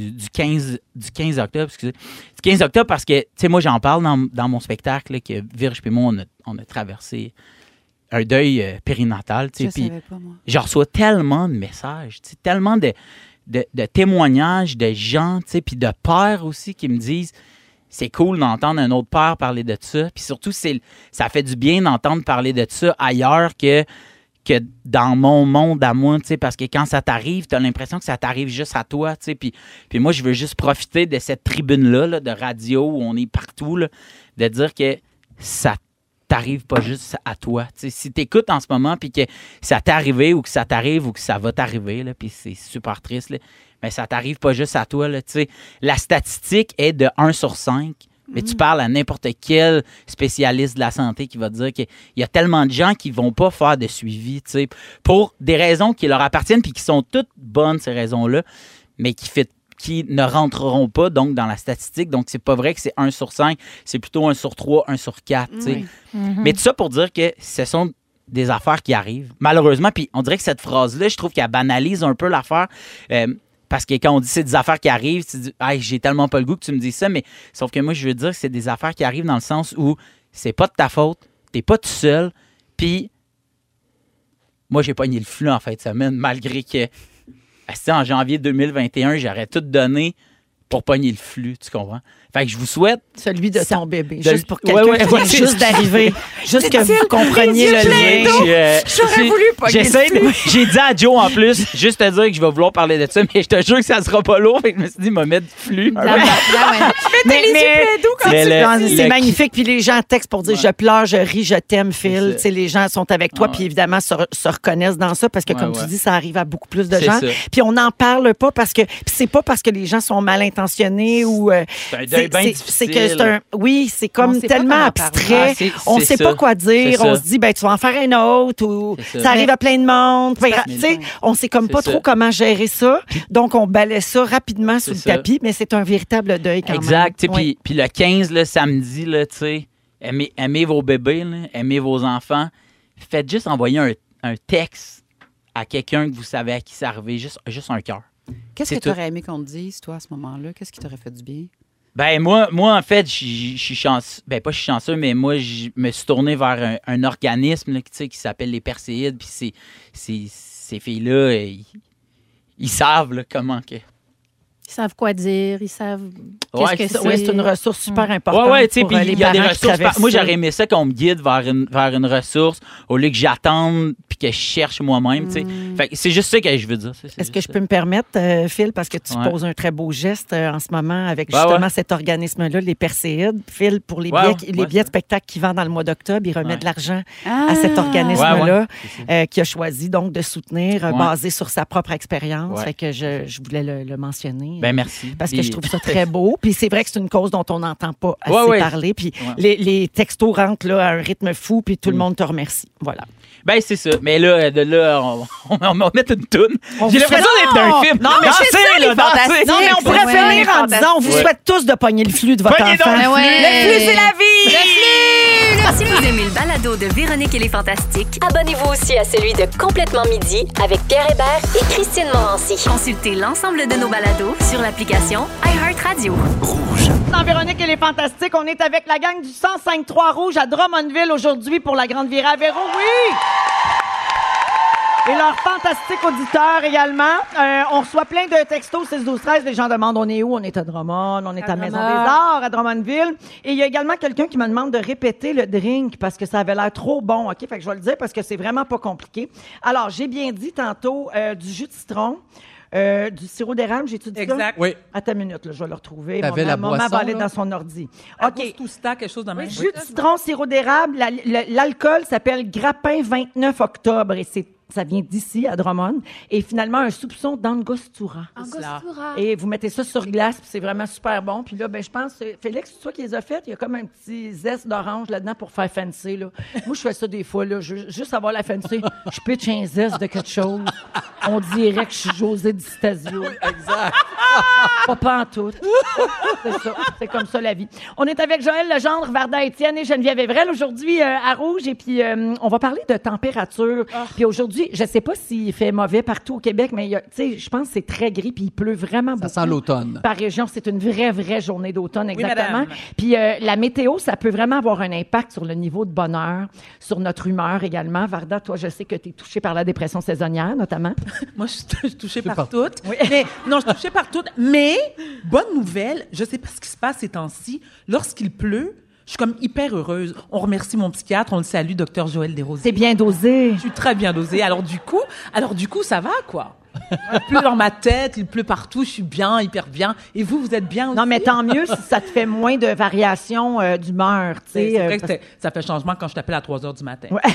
15 octobre, excusez. Du 15 octobre parce que, tu sais, moi, j'en parle dans mon spectacle, là, que Virge et moi, on a traversé un deuil périnatal, tu sais. Puis je reçois tellement de messages, tu sais, tellement de témoignages de gens, tu sais, puis de pères aussi qui me disent... C'est cool d'entendre un autre père parler de ça. Puis surtout, ça fait du bien d'entendre parler de ça ailleurs que dans mon monde à moi, tu sais, parce que quand ça t'arrive, t'as l'impression que ça t'arrive juste à toi, tu sais. Puis moi, je veux juste profiter de cette tribune-là, là, de radio, où on est partout, là, de dire que ça t'arrive pas juste à toi. Tu sais, si t'écoutes en ce moment, puis que ça t'est arrivé, ou que ça t'arrive, ou que ça va t'arriver, là, puis c'est super triste, là, mais ça t'arrive pas juste à toi, là, tu sais. La statistique est de 1 sur 5. Mais tu parles à n'importe quel spécialiste de la santé qui va te dire qu'il y a tellement de gens qui vont pas faire de suivi, tu sais, pour des raisons qui leur appartiennent puis qui sont toutes bonnes, ces raisons-là, mais qui ne rentreront pas donc dans la statistique. Donc, c'est pas vrai que c'est 1 sur 5, c'est plutôt 1 sur 3, 1 sur 4, tu sais. Mais tout ça pour dire que ce sont des affaires qui arrivent, malheureusement. Puis on dirait que cette phrase-là, je trouve qu'elle banalise un peu l'affaire. Parce que quand on dit c'est des affaires qui arrivent, tu dis hey, j'ai tellement pas le goût que tu me dises ça, mais sauf que moi, je veux dire que c'est des affaires qui arrivent dans le sens où c'est pas de ta faute, t'es pas tout seul, puis moi, j'ai pogné le flux en fin de semaine, malgré que en janvier 2021, j'aurais tout donné pour pogner le flux, tu comprends? Fait que je vous souhaite... Celui de ton bébé, juste pour quelqu'un qui vient juste d'arriver, juste que vous Dit-il, compreniez les yeux le pleins lien. d'eau. J'aurais voulu pogner le flux. J'ai dit à Joe, en plus, juste te dire que je vais vouloir parler de ça, mais je te jure que ça sera pas lourd, fait que je me suis dit, il m'a mis du flux. Mais t'as les yeux pleins d'eau quand Mais tu C'est magnifique. Puis les gens textent pour dire je pleure, je ris, je t'aime, Phil. Tu sais, les gens sont avec toi, puis évidemment se reconnaissent dans ça parce que, comme tu dis, ça arrive à beaucoup plus de gens. ça. Puis on n'en parle pas parce que puis c'est pas parce que les gens sont mal intentionnés ou. C'est un deuil bien c'est que difficile. oui, c'est On comme sait pas tellement comment abstrait. parler. On C'est sait ça. pas quoi dire. C'est On ça. se dit, ben, tu vas en faire un autre ou C'est ça. ça arrive à plein de monde. Ben, ça. tu sais, on sait comme C'est pas ça. trop comment gérer ça. Donc, on balaie ça rapidement sous le ça. tapis, mais c'est un véritable deuil quand Exact. tu sais, même. Puis le 15, là, samedi, là, tu sais, aimez vos bébés, là, aimez vos enfants. Faites juste envoyer un texte à quelqu'un que vous savez à qui c'est arrivé, juste un cœur. Qu'est-ce C'est que tu tout. aurais aimé qu'on te dise, toi, à ce moment-là? Qu'est-ce qui t'aurait fait du bien? Ben moi en fait, je suis chanceux. Ben pas je suis chanceux, mais moi je me suis tourné vers un organisme là, qui s'appelle les Perséides. Puis ces filles-là, ils savent là, comment que. Ils savent quoi dire, ils savent qu'est-ce que c'est. Oui, c'est une ressource super importante. Oui, tu sais, puis il y a des ressources. Moi, j'aurais aimé ça qu'on me guide vers une ressource au lieu que j'attende puis que je cherche moi-même, tu sais. Fait que c'est juste ça que je veux dire. Est-ce que je peux me permettre, Phil, parce que tu poses un très beau geste en ce moment avec justement cet organisme-là, les Perséides. Phil, pour les billets de spectacle qui vendent dans le mois d'octobre, il remet de l'argent à cet organisme-là qui a choisi donc de soutenir basé sur sa propre expérience. Fait que je voulais le mentionner. Ben merci. Parce que je trouve ça très beau. Puis c'est vrai que c'est une cause dont on n'entend pas assez parler. Puis les textos rentrent là, à un rythme fou, puis tout le monde te remercie. Voilà. Ben c'est ça. Mais là, on va mettre une toune. J'ai l'impression d'être dans un film. Non, mais c'est ça, les fantastiques. Non, mais on pourrait finir en disant, on vous souhaite tous de pogner le flux de votre enfant. Le flux, c'est la vie! Le flux! Si vous aimez le balado de Véronique et les Fantastiques, abonnez-vous aussi à celui de Complètement Midi avec Pierre Hébert et Christine Morancy. Consultez l'ensemble de nos balados sur l'application iHeartRadio. Rouge. Dans Véronique et les Fantastiques, on est avec la gang du 105.3 Rouge à Drummondville aujourd'hui pour la Grande Virée à Véro. Oui! Et leurs fantastiques auditeurs également. On reçoit plein de textos 6-12-13. Les gens demandent on est où? On est à Drummond, on est à Maison des Arts, à Drummondville. Et il y a également quelqu'un qui me demande de répéter le drink parce que ça avait l'air trop bon. OK? Fait que je vais le dire parce que c'est vraiment pas compliqué. Alors, j'ai bien dit tantôt du jus de citron. Du sirop d'érable, j'ai-tu dit ça? Exact. Oui. Attends une minute, là, je vais le retrouver. T'avais la maman boisson, va aller là? dans son ordi. OK. Tout ça, quelque chose dans ma jus de citron, sirop d'érable. L'alcool s'appelle Grappin 29 octobre et ça vient d'ici, à Drummond. Et finalement, un soupçon d'angostura. Angostura. Et vous mettez ça sur glace, puis c'est vraiment super bon. Puis là, ben, je pense, Félix, c'est toi qui les as faites. Il y a comme un petit zeste d'orange là-dedans pour faire fancy, là. Moi, je fais ça des fois, là. Juste avoir la fancy, je pitch un zeste de quelque chose. On dirait que je suis José Di Stasio. Exact. Pas en tout. C'est ça. C'est comme ça, la vie. On est avec Joël Legendre, Varda Étienne et Geneviève Evrel aujourd'hui à Rouge. Et puis, on va parler de température. Puis aujourd'hui, je sais pas s'il fait mauvais partout au Québec, mais tu sais, je pense que c'est très gris puis il pleut vraiment beaucoup. Ça sent l'automne. Par région, c'est une vraie journée d'automne, exactement. Oui, puis la météo, ça peut vraiment avoir un impact sur le niveau de bonheur, sur notre humeur également. Varda, toi, je sais que tu es touchée par la dépression saisonnière, notamment. Moi, je suis touchée par toutes. Oui. Mais, non, je suis touchée par toutes. Mais, bonne nouvelle, je sais pas ce qui se passe ces temps-ci. Lorsqu'il pleut, je suis comme hyper heureuse. On remercie mon psychiatre, on le salue, Dr Joël Desrosiers. C'est bien dosé. Je suis très bien dosée. Alors du coup, ça va, quoi. Il pleut dans ma tête, il pleut partout, je suis bien, hyper bien. Et vous êtes bien aussi? Non, mais tant mieux si ça te fait moins de variations d'humeur. C'est vrai que ça fait changement quand je t'appelle à 3 heures du matin. Ouais.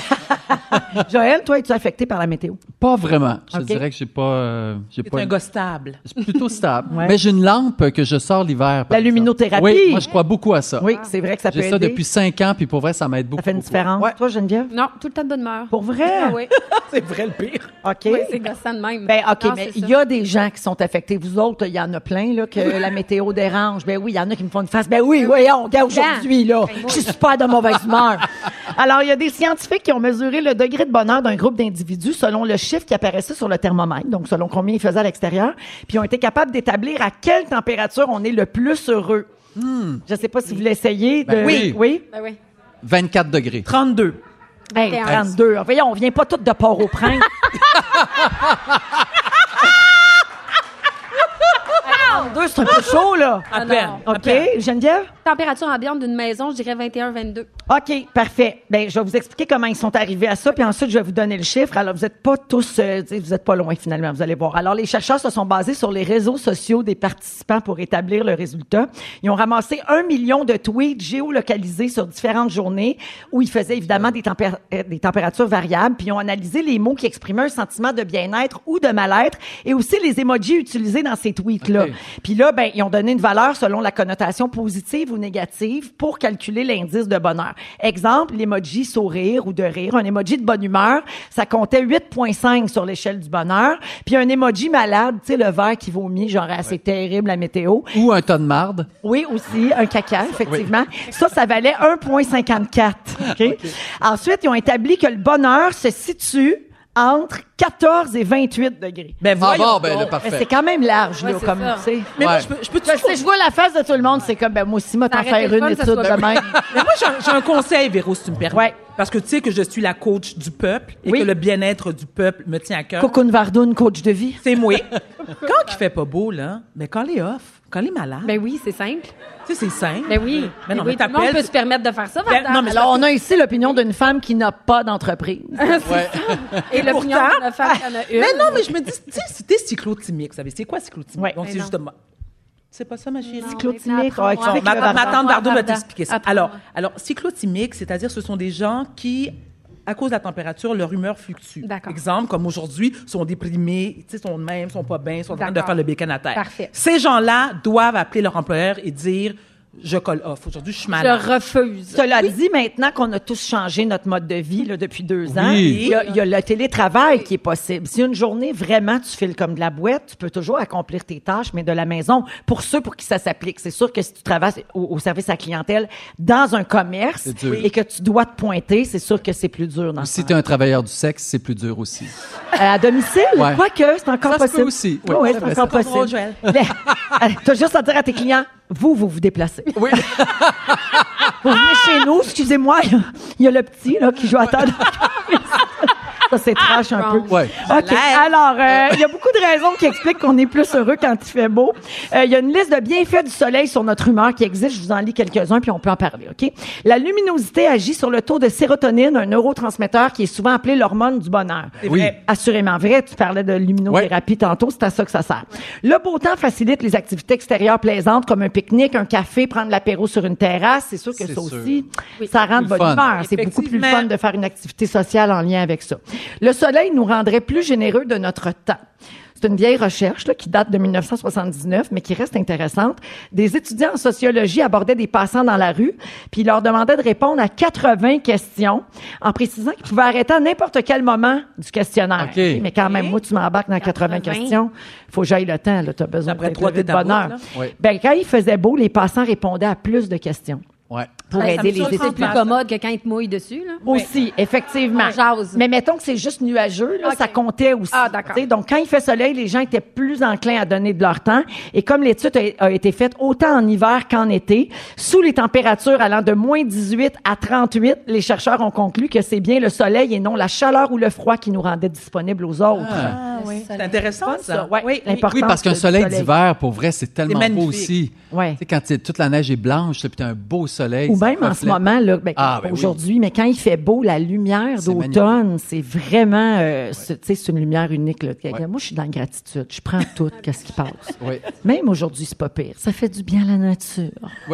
Joël, toi, es-tu affecté par la météo? Pas vraiment. Je dirais que j'ai pas... C'est un gars stable. C'est plutôt stable. Ouais. Mais j'ai une lampe que je sors l'hiver. La luminothérapie? Oui, moi, je crois beaucoup à ça. Oui, c'est vrai que ça peut aider. J'ai ça depuis 5 ans, puis pour vrai, ça m'aide beaucoup. Ça fait une différence. Ouais. Toi, Geneviève? Non, tout le temps de bonne humeur. Pour vrai? Ah oui. C'est vrai le pire. OK. Oui, c'est gossant de même. Ben, OK, non, mais il y a des gens qui sont affectés. Vous autres, il y en a plein, là, que la météo dérange. Ben oui, il y en a qui me font une face. Ben oui, voyons, regarde aujourd'hui, là. Je suis super de mauvaise humeur. Alors, il y a des scientifiques qui ont mesuré le degré de bonheur d'un groupe d'individus selon le chiffre qui apparaissait sur le thermomètre, donc selon combien ils faisaient à l'extérieur, puis ils ont été capables d'établir à quelle température on est le plus heureux. Je ne sais pas si vous l'essayez. Oui. Oui? Ben oui. 24 degrés. 32. Hey, 32. Voyons, on vient pas toutes de Port-au-Prince. 32, c'est un peu chaud, là. À peine. OK. Geneviève? Température ambiante d'une maison, je dirais 21-22. OK, parfait. Bien, je vais vous expliquer comment ils sont arrivés à ça, puis ensuite, je vais vous donner le chiffre. Alors, vous n'êtes pas tous, vous n'êtes pas loin, finalement, vous allez voir. Alors, les chercheurs se sont basés sur les réseaux sociaux des participants pour établir le résultat. Ils ont ramassé 1 million de tweets géolocalisés sur différentes journées où ils faisaient évidemment des températures variables, puis ils ont analysé les mots qui exprimaient un sentiment de bien-être ou de mal-être et aussi les emojis utilisés dans ces tweets-là. Okay. Puis là, ben, ils ont donné une valeur selon la connotation positive ou négative pour calculer l'indice de bonheur. Exemple, l'emoji sourire ou de rire, un emoji de bonne humeur, ça comptait 8,5 sur l'échelle du bonheur. Puis un emoji malade, tu sais, le verre qui vomit, genre c'est terrible la météo. Ou un tas de marde. Oui, aussi, un caca, effectivement. Oui. Ça valait 1,54. Okay? Ensuite, ils ont établi que le bonheur se situe entre 14 et 28 degrés. Ben voyons là, donc. parfait. Mais c'est quand même large, là, Ouais, c'est comme, ça. tu sais. Mais moi, Ouais. je peux Parce que je vois la face de tout le monde, c'est comme, ben, moi aussi, moi, t'en Ça aurait faire été une le fun, étude ça soit de même. Mais moi, j'ai un conseil, Véro, si tu me permets. Ouais. Parce que tu sais que je suis la coach du peuple et Oui. que le bien-être du peuple me tient à cœur. Cocoon Vardoun, coach de vie. C'est moi. Quand il fait pas beau, là, mais quand il est off, quand il est malade, Ben oui, c'est simple. tu sais, c'est simple. Ben oui. Mais non, oui, mais tout le monde t'appelles- peut se permettre de faire ça, Ben, Varda. non, mais Alors, on a ici l'opinion d'une femme qui n'a pas d'entreprise. Et l'opinion pourtant- de la femme qui en a une. Mais non, mais je me dis, tu sais, si t'es cyclotimique, vous savez, c'est quoi cyclotimique? Ouais. Donc, Mais c'est non. justement... C'est pas ça, ma chérie? Cyclotimique, Apprends-moi. explique Bon, le ma Varda. tante Bardot va Varda. t'expliquer ça. Apprends-moi. Alors, cyclotimique, c'est-à-dire ce sont des gens qui, à cause de la température, leur humeur fluctue. D'accord. Exemple, comme aujourd'hui, sont déprimés, tu sais, sont de même, sont pas bien, sont en train de D'accord. faire le bacon à terre. Parfait. Ces gens-là doivent appeler leur employeur et dire je colle off. Aujourd'hui, je suis malade. Je refuse. Cela dit, maintenant qu'on a tous changé notre mode de vie là, depuis 2 ans, Oui. il y a le télétravail qui est possible. Si une journée, vraiment, tu files comme de la boîte, tu peux toujours accomplir tes tâches, mais de la maison, pour ceux pour qui ça s'applique. C'est sûr que si tu travailles au service à la clientèle dans un commerce C'est dur. et que tu dois te pointer, c'est sûr que c'est plus dur. Dans Si tu es un travailleur du sexe, c'est plus dur aussi. À domicile, Ouais. quoique, c'est encore Ça se possible. peut aussi. Oui, Oui, c'est c'est vrai, encore c'est pas drôle, possible. Joël. Tu as juste à dire à tes clients, vous déplacez. Oui. Vous venez chez nous, excusez-moi, il y a le petit là, qui joue à table. Ça, c'est trash un peu. Ouais. OK. Alors, il y a beaucoup de raisons qui expliquent qu'on est plus heureux quand il fait beau. Il y a une liste de bienfaits du soleil sur notre humeur qui existe. Je vous en lis quelques-uns, puis on peut en parler, OK? La luminosité agit sur le taux de sérotonine, un neurotransmetteur qui est souvent appelé l'hormone du bonheur. C'est Oui. vrai. Assurément vrai. Tu parlais de luminothérapie tantôt, c'est à ça que ça sert. Le beau temps facilite les activités extérieures plaisantes comme un pique-nique, un café, prendre l'apéro sur une terrasse. C'est sûr que C'est ça sûr. aussi, ça rend de Plus bonne fun. humeur. C'est beaucoup plus le Effectivement. fun de faire une activité sociale en lien avec ça. Le soleil nous rendrait plus généreux de notre temps. C'est une vieille recherche là, qui date de 1979, mais qui reste intéressante. Des étudiants en sociologie abordaient des passants dans la rue, puis ils leur demandaient de répondre à 80 questions, en précisant qu'ils pouvaient arrêter à n'importe quel moment du questionnaire. OK. Mais quand même, moi, tu m'embarques dans 80 questions. Il faut que j'aille le temps. Tu as besoin Après de 3 lever de têtes à bonheur. bout, là. Oui. Ben, quand il faisait beau, les passants répondaient à plus de questions Ouais. pour Ça aider me les semble étudiants. plus commode que quand il te mouille dessus, là. Aussi, effectivement. On jase. Mais mettons que c'est juste nuageux, là, OK. ça comptait aussi. Ah, d'accord. Tu sais, donc, quand il fait soleil, les gens étaient plus enclins à donner de leur temps. Et comme l'étude a été faite autant en hiver qu'en été, sous les températures allant de moins 18 à 38, les chercheurs ont conclu que c'est bien le soleil et non la chaleur ou le froid qui nous rendait disponibles aux autres. Ah, oui. C'est intéressant, ça. Ouais, Oui, l'importance Oui, parce qu'un du soleil d'hiver, pour vrai, c'est tellement beau magnifique. aussi. Ouais. Tu sais, quand toute la neige est blanche, là, puis t'as un beau soleil. Ou ça même en reflète. ce moment, là, ben, Ah, ben aujourd'hui, mais quand il fait beau, la lumière C'est d'automne, c'est vraiment, tu sais, c'est une lumière unique. Là. Ouais. Moi, je suis dans la gratitude. Je prends tout, qu'est-ce qui passe. Oui. Même aujourd'hui, c'est pas pire. Ça fait du bien à la nature. Oui.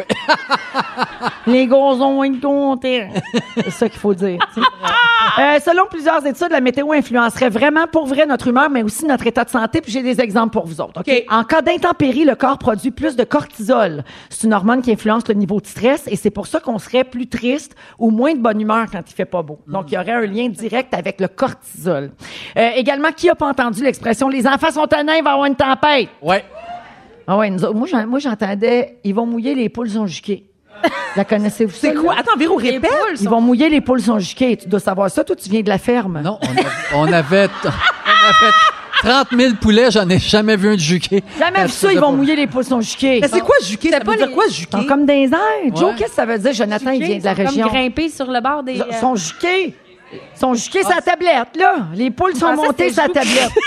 Les gazons vont être contents. C'est ça qu'il faut dire. tu sais. Selon plusieurs études, la météo influencerait vraiment pour vrai notre humeur, mais aussi notre état de santé. Puis j'ai des exemples pour vous autres. OK? En cas d'intempérie, le corps produit plus de cortisol. C'est une hormone qui influence le niveau de stress et c'est pour ça qu'on serait plus triste ou moins de bonne humeur quand il fait pas beau. Donc, il y aurait un lien direct avec le cortisol. Également, qui a pas entendu l'expression « les enfants sont tannants, il va y avoir une tempête ». Ouais. Ah ouais, nous autres, moi, j'entendais « ils vont mouiller, les poules sont juquées ». La connaissez-vous ça? C'est quoi? là? Attends, Véro, répète. Ils vont mouiller, les poules sont juquées. Tu dois savoir ça. Toi, tu viens de la ferme. Non, on avait 30 000 poulets, j'en ai jamais vu un de juqué. Jamais vu ça, ils vont mouiller, les poules sont juquées. Mais c'est quoi juquer? Ça veut dire quoi Ils juquer? sont comme des airs. Joe, Ouais. qu'est-ce que ça veut dire? Jonathan, il vient de la région. Comme grimper sur le bord des... Ils sont juqués. Ils sont juqués sur la tablette, là. Les poules sont pensais que montées sur c'était la tablette.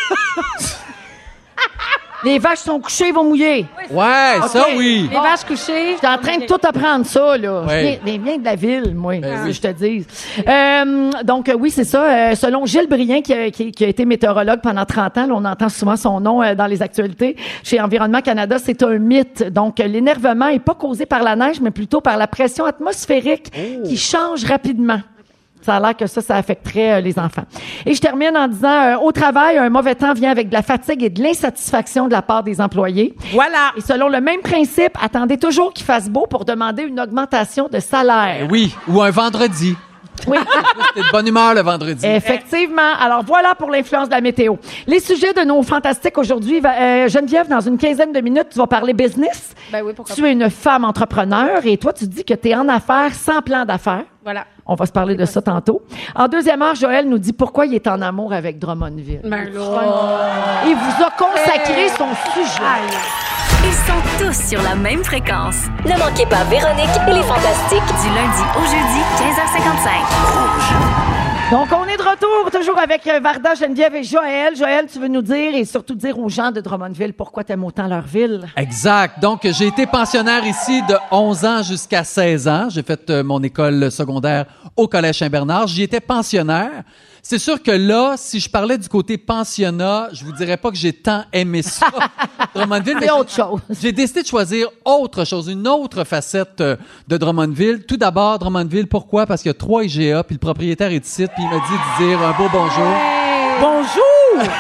Les vaches sont couchées, ils vont mouiller. Ouais, ça OK. oui. Les vaches couchées. Je suis en train de tout apprendre ça, là. Ouais. Je viens de la ville, moi, Ben si oui. je te dis. Donc, oui, c'est ça. Selon Gilles Brien, qui a été météorologue pendant 30 ans, là, on entend souvent son nom dans les actualités, chez Environnement Canada, c'est un mythe. Donc, l'énervement est pas causé par la neige, mais plutôt par la pression atmosphérique qui change rapidement. Ça a l'air que ça affecterait les enfants. Et je termine en disant, au travail, un mauvais temps vient avec de la fatigue et de l'insatisfaction de la part des employés. Voilà. Et selon le même principe, attendez toujours qu'il fasse beau pour demander une augmentation de salaire. Oui, ou un vendredi. Oui. T'es de bonne humeur le vendredi. Effectivement. Alors voilà pour l'influence de la météo. Les sujets de nos fantastiques aujourd'hui. Geneviève, dans une quinzaine de minutes, tu vas parler business. Ben oui, pourquoi Tu es une femme entrepreneur et toi, tu dis que tu es en affaires sans plan d'affaires. Voilà. On va se parler de ça tantôt. En deuxième heure, Joël nous dit pourquoi il est en amour avec Drummondville. Il vous a consacré son sujet. Ils sont tous sur la même fréquence. Ne manquez pas Véronique et les Fantastiques. Du lundi au jeudi, 15h55. Donc, on est de retour, toujours avec Varda, Geneviève et Joël. Joël, tu veux nous dire et surtout dire aux gens de Drummondville pourquoi t'aimes autant leur ville? Exact. Donc, j'ai été pensionnaire ici de 11 ans jusqu'à 16 ans. J'ai fait mon école secondaire au Collège Saint-Bernard. J'y étais pensionnaire. C'est sûr que là, si je parlais du côté pensionnat, je vous dirais pas que j'ai tant aimé ça. Drummondville, c'est autre chose. J'ai décidé de choisir autre chose, une autre facette de Drummondville. Tout d'abord, Drummondville, pourquoi? Parce qu'il y a 3 IGA, puis le propriétaire est ici, puis il m'a dit de dire un beau bonjour. Bonjour!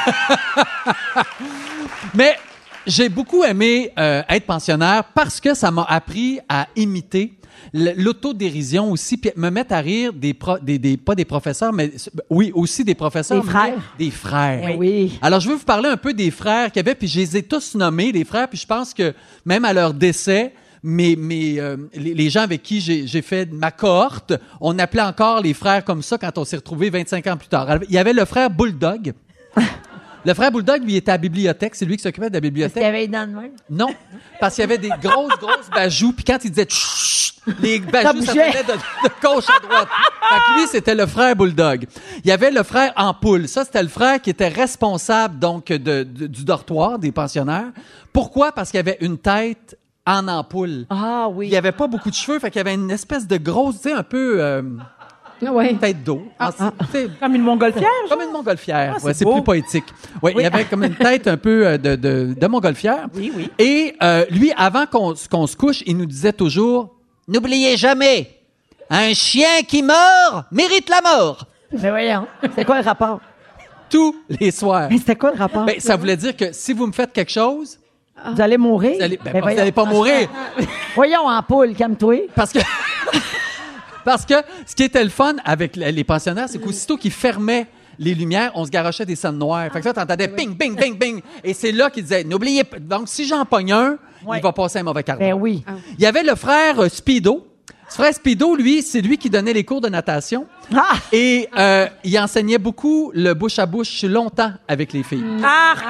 Mais j'ai beaucoup aimé être pensionnaire parce que ça m'a appris à imiter l'autodérision aussi, puis me mettre à rire pas des professeurs, mais oui, aussi des professeurs. Des frères. Des frères. Oui. Alors, je veux vous parler un peu des frères qu'il y avait, puis je les ai tous nommés, les frères, puis je pense que même à leur décès, les gens avec qui j'ai fait ma cohorte, on appelait encore les frères comme ça quand on s'est retrouvés 25 ans plus tard. Alors, il y avait le frère Bulldog. Le frère Bulldog, lui, était à la bibliothèque. C'est lui qui s'occupait de la bibliothèque. Est-ce qu'il y avait une dents de même? Non, parce qu'il y avait des grosses bajoues, puis quand il disait chut, les bajoues, ça faisait de gauche à droite. Fait que lui, c'était le frère Bulldog. Il y avait le frère Ampoule. Ça, c'était le frère qui était responsable, donc, du dortoir des pensionnaires. Pourquoi? Parce qu'il y avait une tête en ampoule. Ah oui. Il n'y avait pas beaucoup de cheveux, fait qu'il y avait une espèce de grosse, tu sais, un peu... tête d'eau. Comme une montgolfière? Comme une montgolfière. Ah, ouais, c'est plus poétique. Ouais, oui. Il y avait comme une tête un peu de montgolfière. Oui, oui. Et lui, avant qu'on se couche, il nous disait toujours « N'oubliez jamais, un chien qui meurt mérite la mort. » Mais voyons, c'est quoi le rapport? Tous les soirs. Mais c'était quoi le rapport? Ben, ça voulait dire que si vous me faites quelque chose... Vous allez mourir? Vous allez pas mourir. Voyons, en poule, calme-toi. Parce que ce qui était le fun avec les pensionnaires, c'est qu'aussitôt qu'ils fermaient les lumières, on se garochait des scènes noires. Fait que ça, t'entendais ping, ping, ping, ping. Et c'est là qu'ils disaient, n'oubliez pas. Donc, si j'en pogne un, il va passer un mauvais quart d'heure. Ben oui. Il y avait le frère Speedo. Ce frère Speedo, lui, c'est lui qui donnait les cours de natation. Ah! Et il enseignait beaucoup le bouche à bouche longtemps avec les filles. Arc!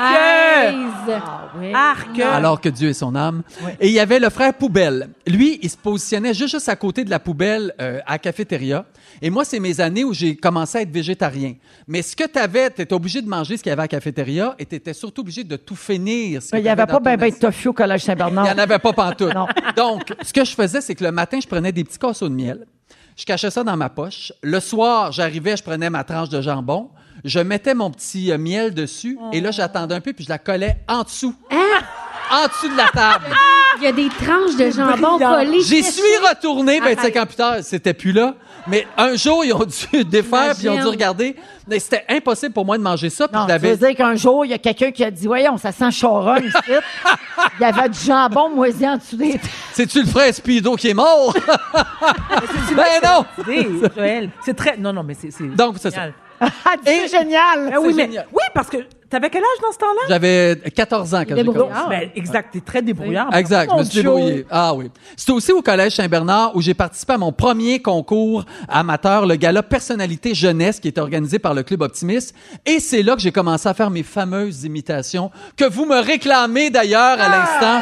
Oui. Arc! Alors que Dieu est son âme. Oui. Et il y avait le frère Poubelle. Lui, il se positionnait juste à côté de la poubelle à la cafétéria. Et moi, c'est mes années où j'ai commencé à être végétarien. Mais ce que t'étais obligé de manger ce qu'il y avait à la cafétéria et t'étais surtout obligé de tout finir. Il n'y avait pas ben de tofu au Collège Saint-Bernard. Il n'y en avait pas pantoute. Non. Donc, ce que je faisais, c'est que le matin, je prenais des petits casseaux de miel. Je cachais ça dans ma poche. Le soir, j'arrivais, je prenais ma tranche de jambon. Je mettais mon petit miel dessus. Et là, j'attendais un peu, puis je la collais en dessous. En dessous de la table. Il y a des tranches de jambon collées. J'y suis retourné 25 ans plus tard. C'était plus là. Mais un jour, ils ont dû défaire, puis ils ont dû regarder. Mais c'était impossible pour moi de manger ça. Non, ça veut dire qu'un jour, il y a quelqu'un qui a dit, voyons, ça sent charonne ici. Il y avait du jambon moisi en dessous des... C'est-tu le frère Speedo qui est mort? Ben non! Joël, c'est très... Non, mais c'est... Donc, c'est ça. C'est génial! Oui, oui, parce que t'avais quel âge dans ce temps-là? J'avais 14 ans quand j'ai commencé. Ben, exact, t'es très débrouillard. Exact, je me suis débrouillé. Ah oui. C'était aussi au Collège Saint-Bernard où j'ai participé à mon premier concours amateur, le gala Personnalité Jeunesse qui était organisé par le Club Optimiste. Et c'est là que j'ai commencé à faire mes fameuses imitations que vous me réclamez d'ailleurs à l'instant.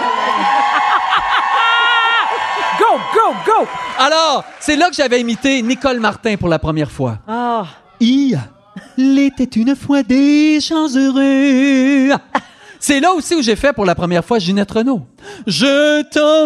Go, go, go! Alors, c'est là que j'avais imité Nicole Martin pour la première fois. Ah. Il était une fois des gens heureux. C'est là aussi où j'ai fait pour la première fois Ginette Renault. Je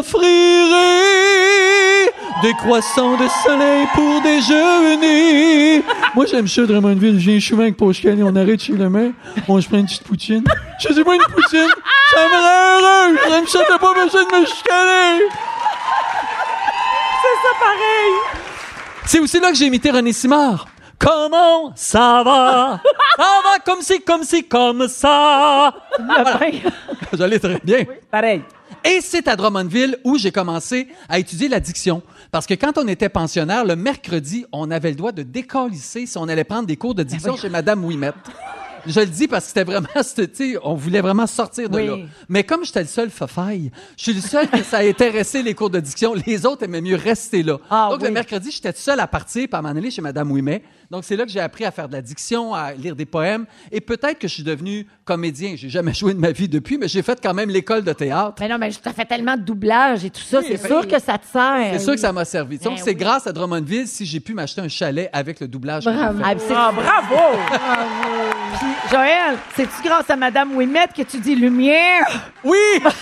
t'offrirai des croissants de soleil pour déjeuner. Moi, j'aime ça, Drummondville. Je viens souvent avec Pochkel et on arrête chez le maire. On se prend une petite poutine. Je sais pas une poutine. Ça me rend heureux. J'aime ça, t'as pas besoin de me chicaner. C'est ça pareil. C'est aussi là que j'ai imité René Simard. Comment ça va? Ça va comme ça. Voilà. J'allais très bien. Oui, pareil. Et c'est à Drummondville où j'ai commencé à étudier la diction. Parce que quand on était pensionnaire, le mercredi, on avait le droit de décalisser si on allait prendre des cours de diction chez Madame Ouimette. Je le dis parce que c'était vraiment, tu sais, on voulait vraiment sortir de là. Mais comme j'étais le seul fafaille, je suis le seul que ça a intéressé les cours de diction. Les autres aimaient mieux rester là. Donc, le mercredi, j'étais tout seul à partir, puis à m'en aller chez Mme Ouimet. Donc, c'est là que j'ai appris à faire de la diction, à lire des poèmes. Et peut-être que je suis devenu comédien. J'ai jamais joué de ma vie depuis, mais j'ai fait quand même l'école de théâtre. Mais non, mais tu as fait tellement de doublage et tout ça. C'est sûr que ça te sert. C'est sûr que ça m'a servi. Donc, c'est grâce à Drummondville si j'ai pu m'acheter un chalet avec le doublage. Bravo! Bravo! Puis, Joël, c'est-tu grâce à Mme Ouimet que tu dis lumière? Oui!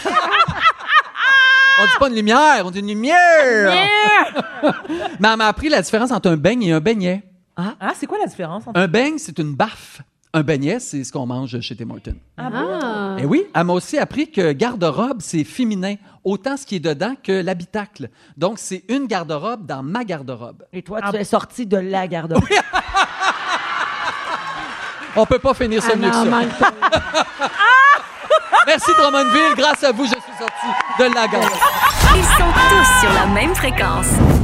On dit pas une lumière, on dit une lumière! Mais elle m'a appris la différence entre un beigne et un beignet. Ah, c'est quoi la différence entre... Un beigne, c'est une baffe. Un beignet, c'est ce qu'on mange chez Tim Hortons. Ah bon? Et oui, elle m'a aussi appris que garde-robe, c'est féminin, autant ce qui est dedans que l'habitacle. Donc, c'est une garde-robe dans ma garde-robe. Et toi, tu es sorti de la garde-robe. On peut pas finir ça mieux que ça. Merci Drummondville, grâce à vous, je suis sorti de la garde-robe. Ils sont tous sur la même fréquence.